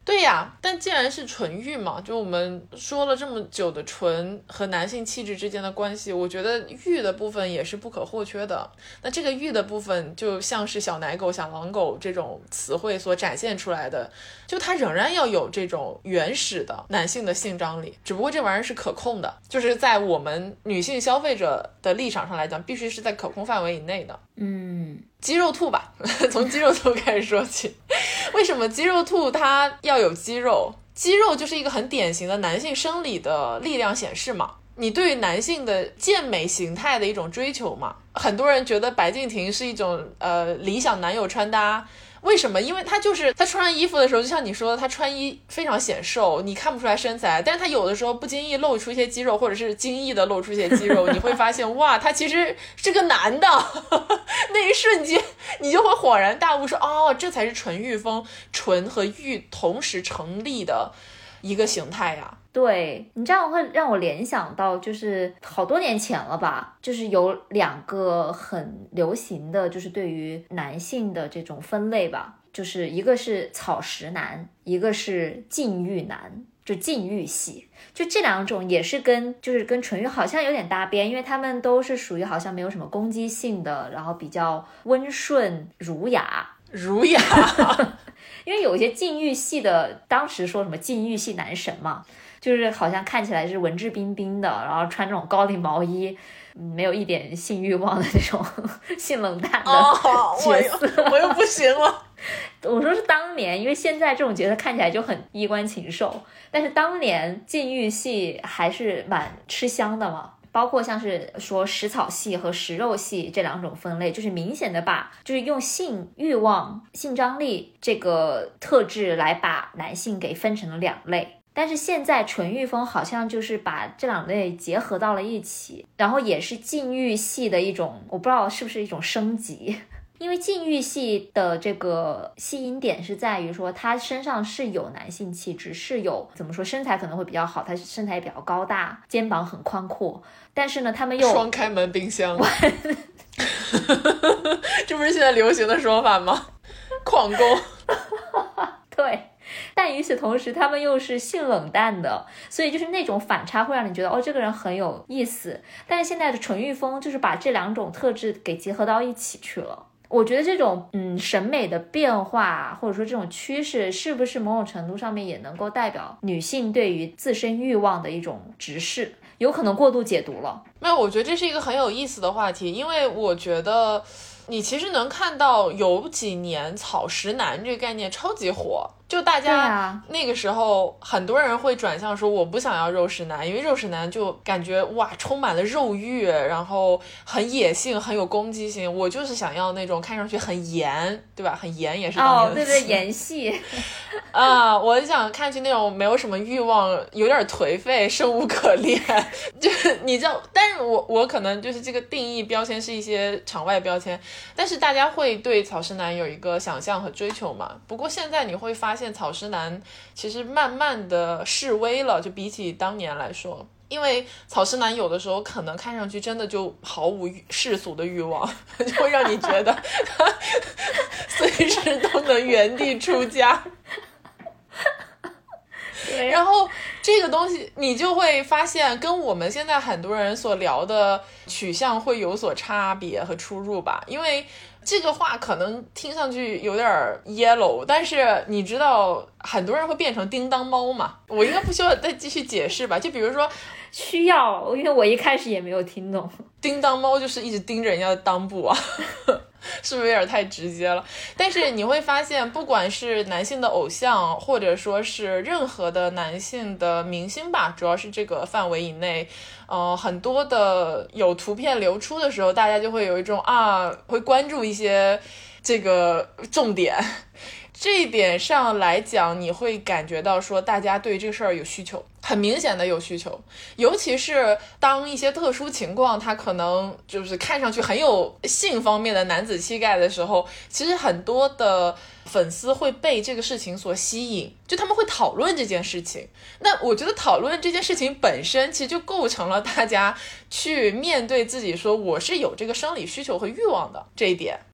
对呀，但既然是纯欲嘛，就我们说了这么久的纯和男性气质之间的关系，我觉得欲的部分也是不可或缺的。那这个欲的部分就像是小奶狗小狼狗这种词汇所展现出来的，就它仍然要有这种原始的男性的性张力，只不过这玩意儿是可控的，就是在我们女性消费者的立场上来讲，必须是在可控范围以内的。 嗯， 肌肉兔吧，从肌肉兔开始说起。为什么肌肉兔它要有肌肉？肌肉就是一个很典型的男性生理的力量显示嘛。你对于男性的健美形态的一种追求嘛。很多人觉得白敬亭是一种呃理想男友穿搭。为什么？因为他就是他穿上衣服的时候，就像你说的，他穿衣非常显瘦，你看不出来身材，但是他有的时候不经意露出一些肌肉，或者是惊异的露出一些肌肉，你会发现哇，他其实是个男的。那一瞬间你就会恍然大悟说，哦，这才是纯欲风，纯和欲同时成立的一个形态呀。 对，你这样会让我联想到就是好多年前了吧，就是有两个很流行的就是对于男性的这种分类吧，就是一个是草食男，一个是禁欲男，就禁欲系，就这两种也是跟就是跟纯欲好像有点搭边，因为他们都是属于好像没有什么攻击性的，然后比较温顺儒雅儒雅。 因为有一些禁欲系的，当时说什么禁欲系男神嘛，就是好像看起来是文质彬彬的，然后穿这种高领毛衣，没有一点性欲望的那种性冷淡的角色。 哦、我, 我又不行了。 我说是当年，因为现在这种角色看起来就很衣冠禽兽，但是当年禁欲系还是蛮吃香的嘛。包括像是说食草系和食肉系这两种分类，就是明显的把就是用性欲望、性张力这个特质来把男性给分成了两类。但是现在纯欲风好像就是把这两类结合到了一起，然后也是禁欲系的一种，我不知道是不是一种升级。因为禁欲系的这个吸引点是在于说他身上是有男性气质，是有怎么说身材可能会比较好，他身材也比较高大，肩膀很宽阔，但是呢他们又双开门冰箱。这不是现在流行的说法吗？矿工。 对，但与此同时他们又是性冷淡的，所以就是那种反差会让你觉得哦这个人很有意思。但是现在的纯欲风就是把这两种特质给结合到一起去了。我觉得这种嗯审美的变化或者说这种趋势是不是某种程度上面也能够代表女性对于自身欲望的一种直视，有可能过度解读了。 没有，我觉得这是一个很有意思的话题，因为我觉得你其实能看到有几年草食男这个概念超级火，就大家那个时候很多人会转向说我不想要肉食男，因为肉食男就感觉哇充满了肉欲，然后很野性很有攻击性，我就是想要那种看上去很盐，对吧？很盐也是当年的哦，对对，盐系啊，我想看上去那种没有什么欲望，有点颓废，生无可恋，就是你知道，但是我我可能就是这个定义标签是一些场外标签，但是大家会对草食男有一个想象和追求嘛。不过现在你会发现草食男其实慢慢的式微了，就比起当年来说，因为草食男有的时候可能看上去真的就毫无世俗的欲望，就会让你觉得他随时都能原地出家。然后这个东西你就会发现跟我们现在很多人所聊的取向会有所差别和出入吧。因为这个话可能听上去有点 yellow， 但是你知道很多人会变成叮当猫嘛，我应该不需要再继续解释吧。就比如说需要，因为我一开始也没有听懂。 叮当猫就是一直盯着人家的裆部啊。是不是有点太直接了？但是你会发现不管是男性的偶像或者说是任何的男性的明星吧，主要是这个范围以内，呃，很多的有图片流出的时候，大家就会有一种啊会关注一些这个重点，这一点上来讲你会感觉到说大家对这个事儿有需求，很明显的有需求。尤其是当一些特殊情况他可能就是看上去很有性方面的男子气概的时候，其实很多的粉丝会被这个事情所吸引，就他们会讨论这件事情。那我觉得讨论这件事情本身其实就构成了大家去面对自己说我是有这个生理需求和欲望的这一点。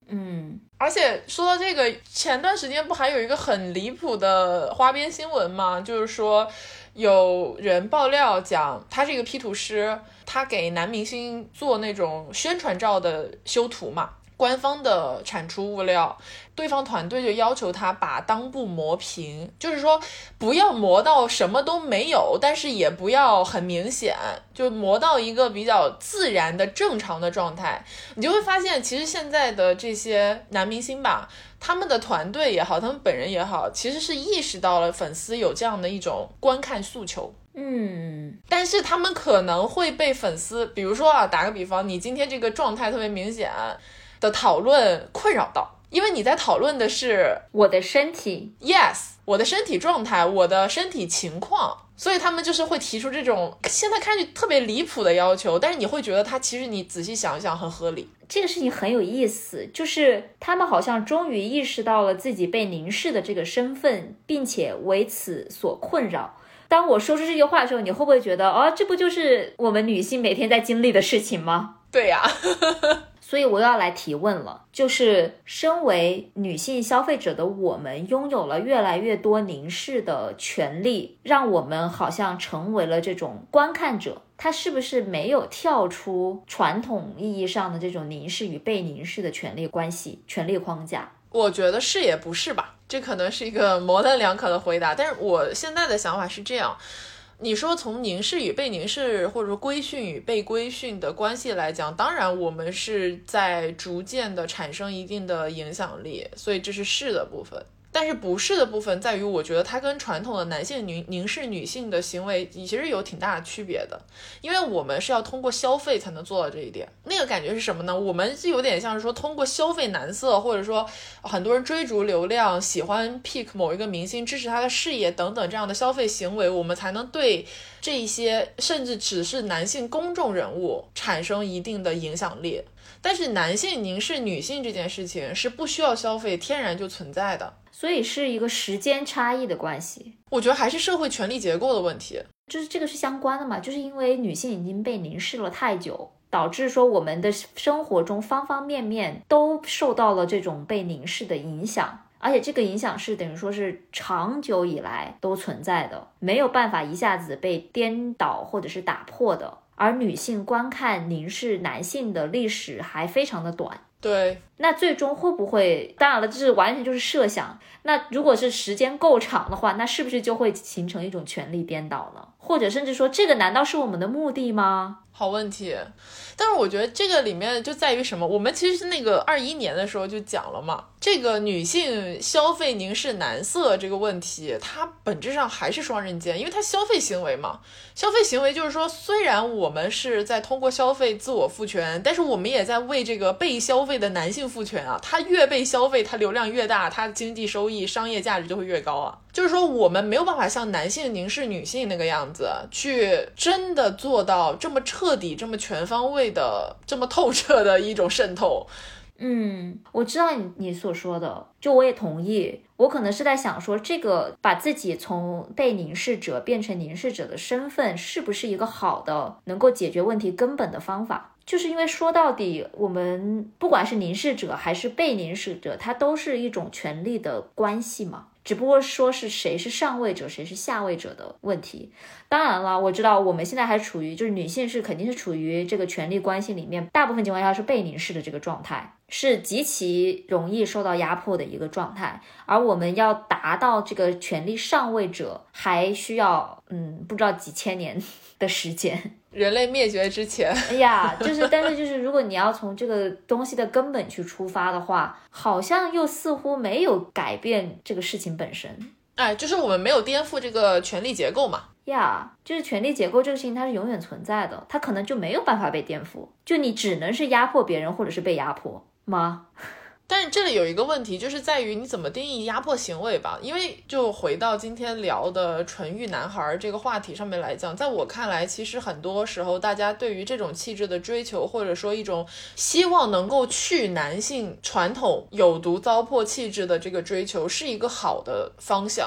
嗯， 而且说到这个，前段时间不还有一个很离谱的花边新闻吗？就是说有人爆料讲他是一个 P 图师，他给男明星做那种宣传照的修图嘛，官方的产出物料，对方团队就要求他把裆部磨平，就是说不要磨到什么都没有，但是也不要很明显，就磨到一个比较自然的正常的状态。你就会发现其实现在的这些男明星吧，他们的团队也好，他们本人也好，其实是意识到了粉丝有这样的一种观看诉求。 嗯， 但是他们可能会被粉丝，比如说啊，打个比方，你今天这个状态特别明显的讨论困扰到，因为你在讨论的是我的身体 yes 我的身体状态，我的身体情况，所以他们就是会提出这种现在看上去特别离谱的要求，但是你会觉得他其实你仔细想一想很合理。 这个事情很有意思，就是他们好像终于意识到了自己被凝视的这个身份，并且为此所困扰。当我说出这句话的时候，你会不会觉得哦，这不就是我们女性每天在经历的事情吗？ 对呀所以我要来提问了，就是身为女性消费者的我们拥有了越来越多凝视的权利，让我们好像成为了这种观看者，它是不是没有跳出传统意义上的这种凝视与被凝视的权利关系、权利框架？ 我觉得是也不是吧，这可能是一个模棱两可的回答，但是我现在的想法是这样，你说从凝视与被凝视，或者说规训与被规训的关系来讲，当然我们是在逐渐的产生一定的影响力，所以这是是的部分。但是不是的部分在于，我觉得它跟传统的男性凝凝视女性的行为其实有挺大的区别的，因为我们是要通过消费才能做到这一点。那个感觉是什么呢？我们是有点像是说通过消费男色，或者说很多人追逐流量，喜欢 pick 某一个明星，支持他的事业等等这样的消费行为，我们才能对这一些甚至只是男性公众人物产生一定的影响力。但是男性凝视女性这件事情是不需要消费，天然就存在的， 所以是一个时间差异的关系。 我觉得还是社会权力结构的问题， 就是这个是相关的嘛，就是因为女性已经被凝视了太久，导致说我们的生活中方方面面都受到了这种被凝视的影响，而且这个影响是等于说是长久以来都存在的，没有办法一下子被颠倒或者是打破的。而女性观看凝视男性的历史还非常的短。 对， 那最终会不会，当然了，这是完全就是设想，那如果是时间够长的话，那是不是就会形成一种权力颠倒呢？或者甚至说，这个难道是我们的目的吗？ 好问题。但是我觉得这个里面就在于什么，我们其实是那个二一年的时候就讲了嘛，这个女性消费凝视男色这个问题，它本质上还是双刃剑，因为它消费行为嘛，消费行为就是说，虽然我们是在通过消费自我赋权，但是我们也在为这个被消费的男性赋权啊，他越被消费，他流量越大，他经济收益、商业价值就会越高啊。就是说我们没有办法像男性凝视女性那个样子，去真的做到这么彻底、这么全方位的、这么透彻的一种渗透。 嗯，我知道你你所说的，就我也同意。我可能是在想说，这个把自己从被凝视者变成凝视者的身份，是不是一个好的能够解决问题根本的方法？就是因为说到底，我们不管是凝视者还是被凝视者，它都是一种权力的关系嘛。只不过说是谁是上位者谁是下位者的问题。当然了，我知道我们现在还处于就是女性是肯定是处于这个权力关系里面大部分情况下是被凝视的这个状态，是极其容易受到压迫的一个状态，而我们要达到这个权力上位者还需要嗯不知道几千年的时间， 人类灭绝之前。 哎呀，就是但是就是如果你要从这个东西的根本去出发的话，好像又似乎没有改变这个事情本身。 哎，就是我们没有颠覆这个权力结构嘛。 呀、yeah, 就是权力结构这个事情它是永远存在的，它可能就没有办法被颠覆，就你只能是压迫别人或者是被压迫吗？ 但是这里有一个问题，就是在于你怎么定义压迫行为吧。因为就回到今天聊的纯欲男孩这个话题上面来讲，在我看来，其实很多时候大家对于这种气质的追求，或者说一种希望能够去男性传统有毒糟粕气质的这个追求，是一个好的方向。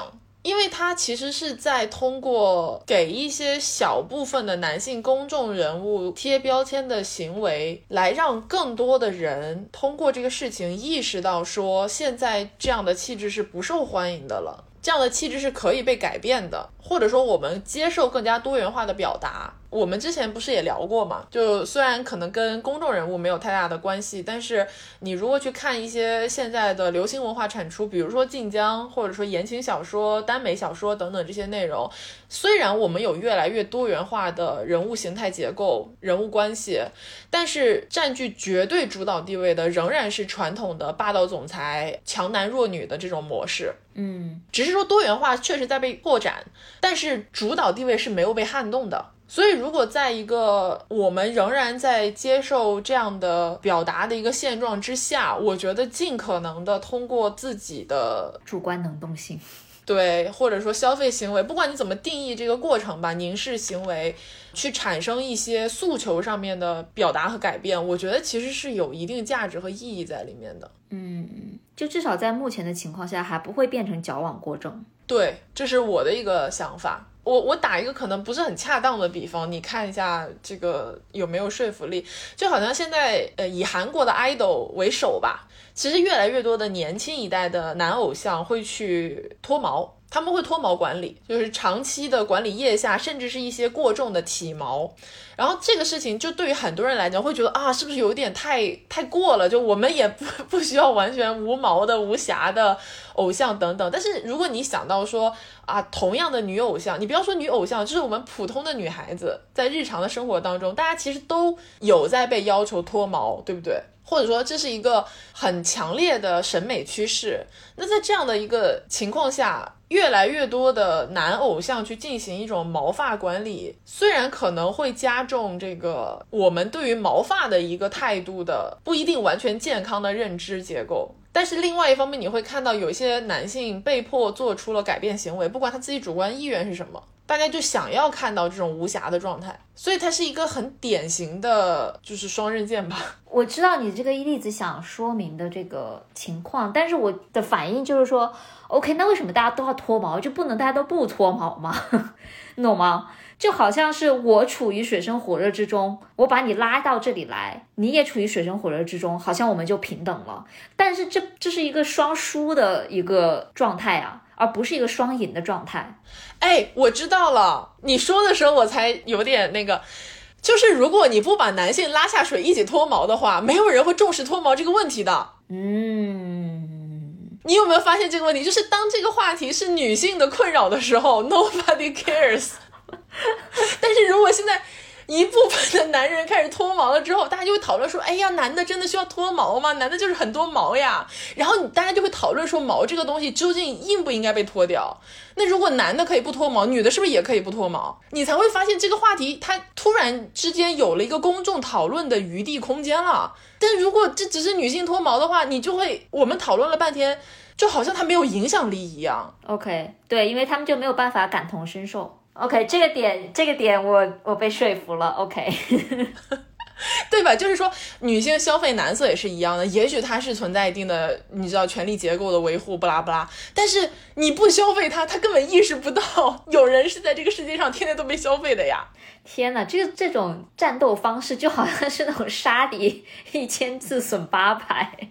因为它其实是在通过给一些小部分的男性公众人物贴标签的行为，来让更多的人通过这个事情意识到说，现在这样的气质是不受欢迎的了，这样的气质是可以被改变的，或者说我们接受更加多元化的表达。我们之前不是也聊过嘛，就虽然可能跟公众人物没有太大的关系，但是你如果去看一些现在的流行文化产出，比如说晋江，或者说言情小说、耽美小说等等这些内容，虽然我们有越来越多元化的人物形态结构、人物关系，但是占据绝对主导地位的仍然是传统的霸道总裁、强男弱女的这种模式。 嗯， 只是说多元化确实在被扩展，但是主导地位是没有被撼动的。所以如果在一个我们仍然在接受这样的表达的一个现状之下，我觉得尽可能的通过自己的主观能动性， 对，或者说消费行为，不管你怎么定义这个过程吧，凝视行为去产生一些诉求上面的表达和改变，我觉得其实是有一定价值和意义在里面的。 嗯，就至少在目前的情况下还不会变成矫枉过正。 对，这是我的一个想法。我我打一个可能不是很恰当的比方，你看一下这个有没有说服力。就好像现在呃以韩国的 idol 为首吧，其实越来越多的年轻一代的男偶像会去脱毛，他们会脱毛管理，就是长期的管理腋下，甚至是一些过重的体毛。然后这个事情就对于很多人来讲会觉得啊，是不是有点太太过了，就我们也不不需要完全无毛的无瑕的偶像等等。但是如果你想到说啊，同样的女偶像，你不要说女偶像，就是我们普通的女孩子在日常的生活当中，大家其实都有在被要求脱毛，对不对？或者说这是一个很强烈的审美趋势。那在这样的一个情况下，越来越多的男偶像去进行一种毛发管理，虽然可能会加重这个我们对于毛发的一个态度的不一定完全健康的认知结构，但是另外一方面你会看到有一些男性被迫做出了改变行为，不管他自己主观意愿是什么，大家就想要看到这种无瑕的状态，所以它是一个很典型的就是双刃剑吧。 我知道你这个例子想说明的这个情况，但是我的反应就是说 OK， 那为什么大家都要脱毛，就不能大家都不脱毛吗？你懂吗？就好像是我处于水深火热之中，我把你拉到这里来，你也处于水深火热之中，好像我们就平等了。但是这这是一个双输的一个状态啊，而不是一个双赢的状态。 哎，我知道了，你说的时候我才有点那个，就是如果你不把男性拉下水一起脱毛的话，没有人会重视脱毛这个问题的。 嗯， 你有没有发现这个问题，就是当这个话题是女性的困扰的时候 nobody cares 但是如果现在一部分的男人开始脱毛了之后，大家就会讨论说，哎呀，男的真的需要脱毛吗？男的就是很多毛呀。然后大家就会讨论说，毛这个东西究竟应不应该被脱掉？那如果男的可以不脱毛，女的是不是也可以不脱毛？你才会发现这个话题它突然之间有了一个公众讨论的余地空间了。但如果这只是女性脱毛的话，你就会我们讨论了半天，就好像它没有影响力一样。 OK， 对，因为他们就没有办法感同身受。OK， 这个点这个点我我被说服了。 OK 对吧？就是说女性消费男色也是一样的，也许它是存在一定的你知道权力结构的维护不拉不拉，但是你不消费它，他根本意识不到有人是在这个世界上天天都被消费的呀。 天哪，这个这种战斗方式就好像是那种杀敌一千自损八百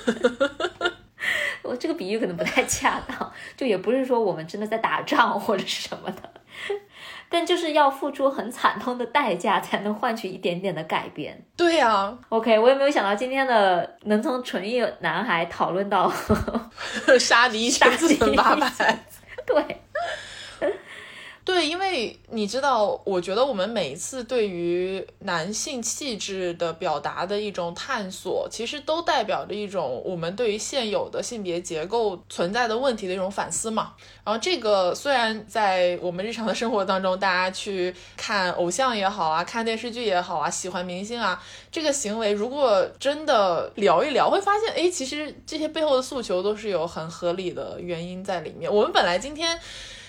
我这个比喻可能不太恰当，就也不是说我们真的在打仗或者是什么的，但就是要付出很惨痛的代价才能换取一点点的改变。 对呀、啊、 OK， 我也没有想到今天的能从纯欲男孩讨论到杀敌一千自损八百对对，因为你知道，我觉得我们每一次对于男性气质的表达的一种探索，其实都代表着一种我们对于现有的性别结构存在的问题的一种反思嘛。然后这个虽然在我们日常的生活当中，大家去看偶像也好啊，看电视剧也好啊，喜欢明星啊，这个行为如果真的聊一聊，会发现哎，其实这些背后的诉求都是有很合理的原因在里面。我们本来今天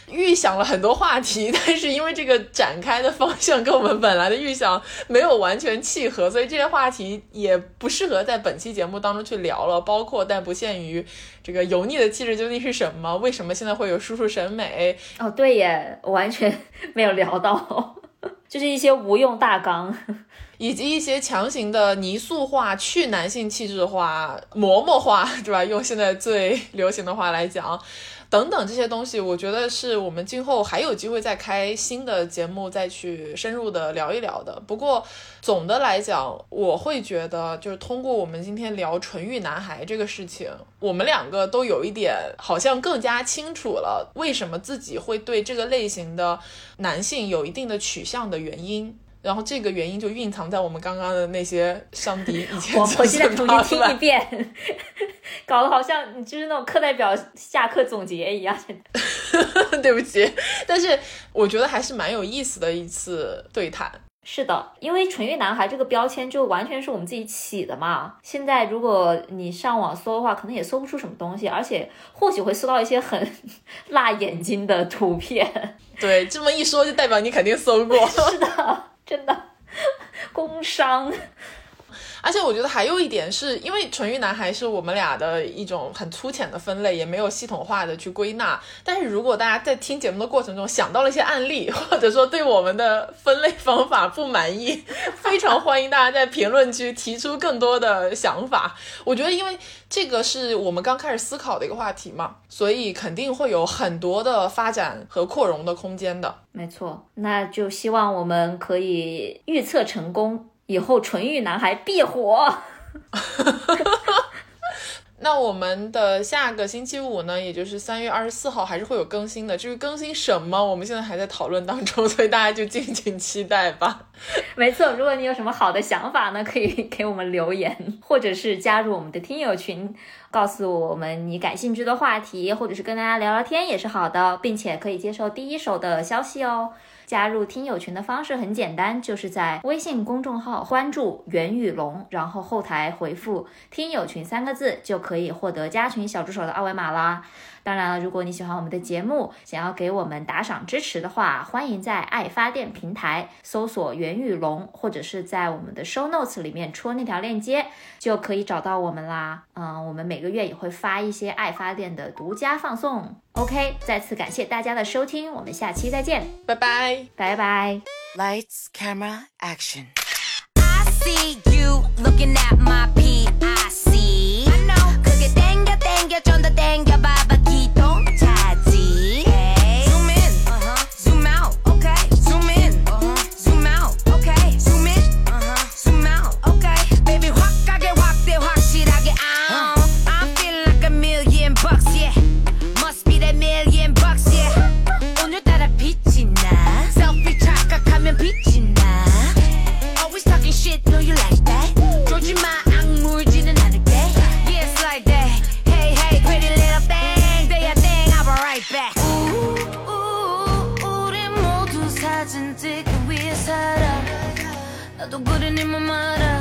预想了很多话题，但是因为这个展开的方向跟我们本来的预想没有完全契合，所以这些话题也不适合在本期节目当中去聊了，包括但不限于这个油腻的气质究竟是什么，为什么现在会有叔叔审美。 哦，对耶，我完全没有聊到就是一些无用大纲， 以及一些强行的泥塑化、去男性气质化、嬷嬷化，对吧？用现在最流行的话来讲，等等这些东西，我觉得是我们今后还有机会再开新的节目再去深入的聊一聊的。不过总的来讲，我会觉得就是通过我们今天聊纯欲男孩这个事情，我们两个都有一点好像更加清楚了为什么自己会对这个类型的男性有一定的取向的原因。然后这个原因就蕴藏在我们刚刚的那些伤敌以前我我现在重新听一遍搞得好像你就是那种课代表下课总结一样对不起，但是我觉得还是蛮有意思的一次对谈。 是的，因为纯欲男孩这个标签就完全是我们自己起的嘛，现在如果你上网搜的话可能也搜不出什么东西，而且或许会搜到一些很辣眼睛的图片。 对，这么一说就代表你肯定搜过。 是的，真的工伤。 而且我觉得还有一点是因为纯欲男孩是我们俩的一种很粗浅的分类，也没有系统化的去归纳，但是如果大家在听节目的过程中想到了一些案例，或者说对我们的分类方法不满意，非常欢迎大家在评论区提出更多的想法。我觉得因为这个是我们刚开始思考的一个话题嘛，所以肯定会有很多的发展和扩容的空间的。 没错，那就希望我们可以预测成功，以后纯欲男孩必火。 那我们的下个星期五呢，也就是三月二十四号还是会有更新的，至于更新什么我们现在还在讨论当中，所以大家就敬请期待吧。 没错，如果你有什么好的想法呢，可以给我们留言，或者是加入我们的听友群，告诉我们你感兴趣的话题，或者是跟大家聊聊天也是好的，并且可以接受第一手的消息哦。加入听友群的方式很简单，就是在微信公众号关注袁宇龙，然后后台回复听友群三个字，就可以获得加群小助手的二维码啦。当然了，如果你喜欢我们的节目，想要给我们打赏支持的话，欢迎在爱发电平台搜索袁宇龙，或者是在我们的 show notes 里面戳那条链接，就可以找到我们啦。嗯，我们每个月也会发一些爱发电的独家放送。OK， 再次感谢大家的收听，我们下期再见， 拜拜， 拜拜。 Lights, camera, action. I see you looking at my P I C. I know. 그게 땡겨 땡겨 좀 더 땡겨 봐봐 기동차지. Zoom in, uh-huh. Zoom out, okay. Zoom in, uh-huh. Zoom out, okay. Zoom in, uh-huh. Zoom out, okay. Baby 확 가게 확대 확실하게. Uh, I'm feeling like a million bucks, yeah. Must be that million bucks, yeah. 오늘따라 빛이 나. Selfie 착각하면 빛이 나. Always talking shit, know you like that. 조지 마, 악물지는 않을게. Yeah, it's like that. Hey, hey, pretty little thing. Do your thing, I'll be right back. Ooh, ooh, 우리 모두 사진 찍기 위해 살아. 나도 그래 네 맘 알아.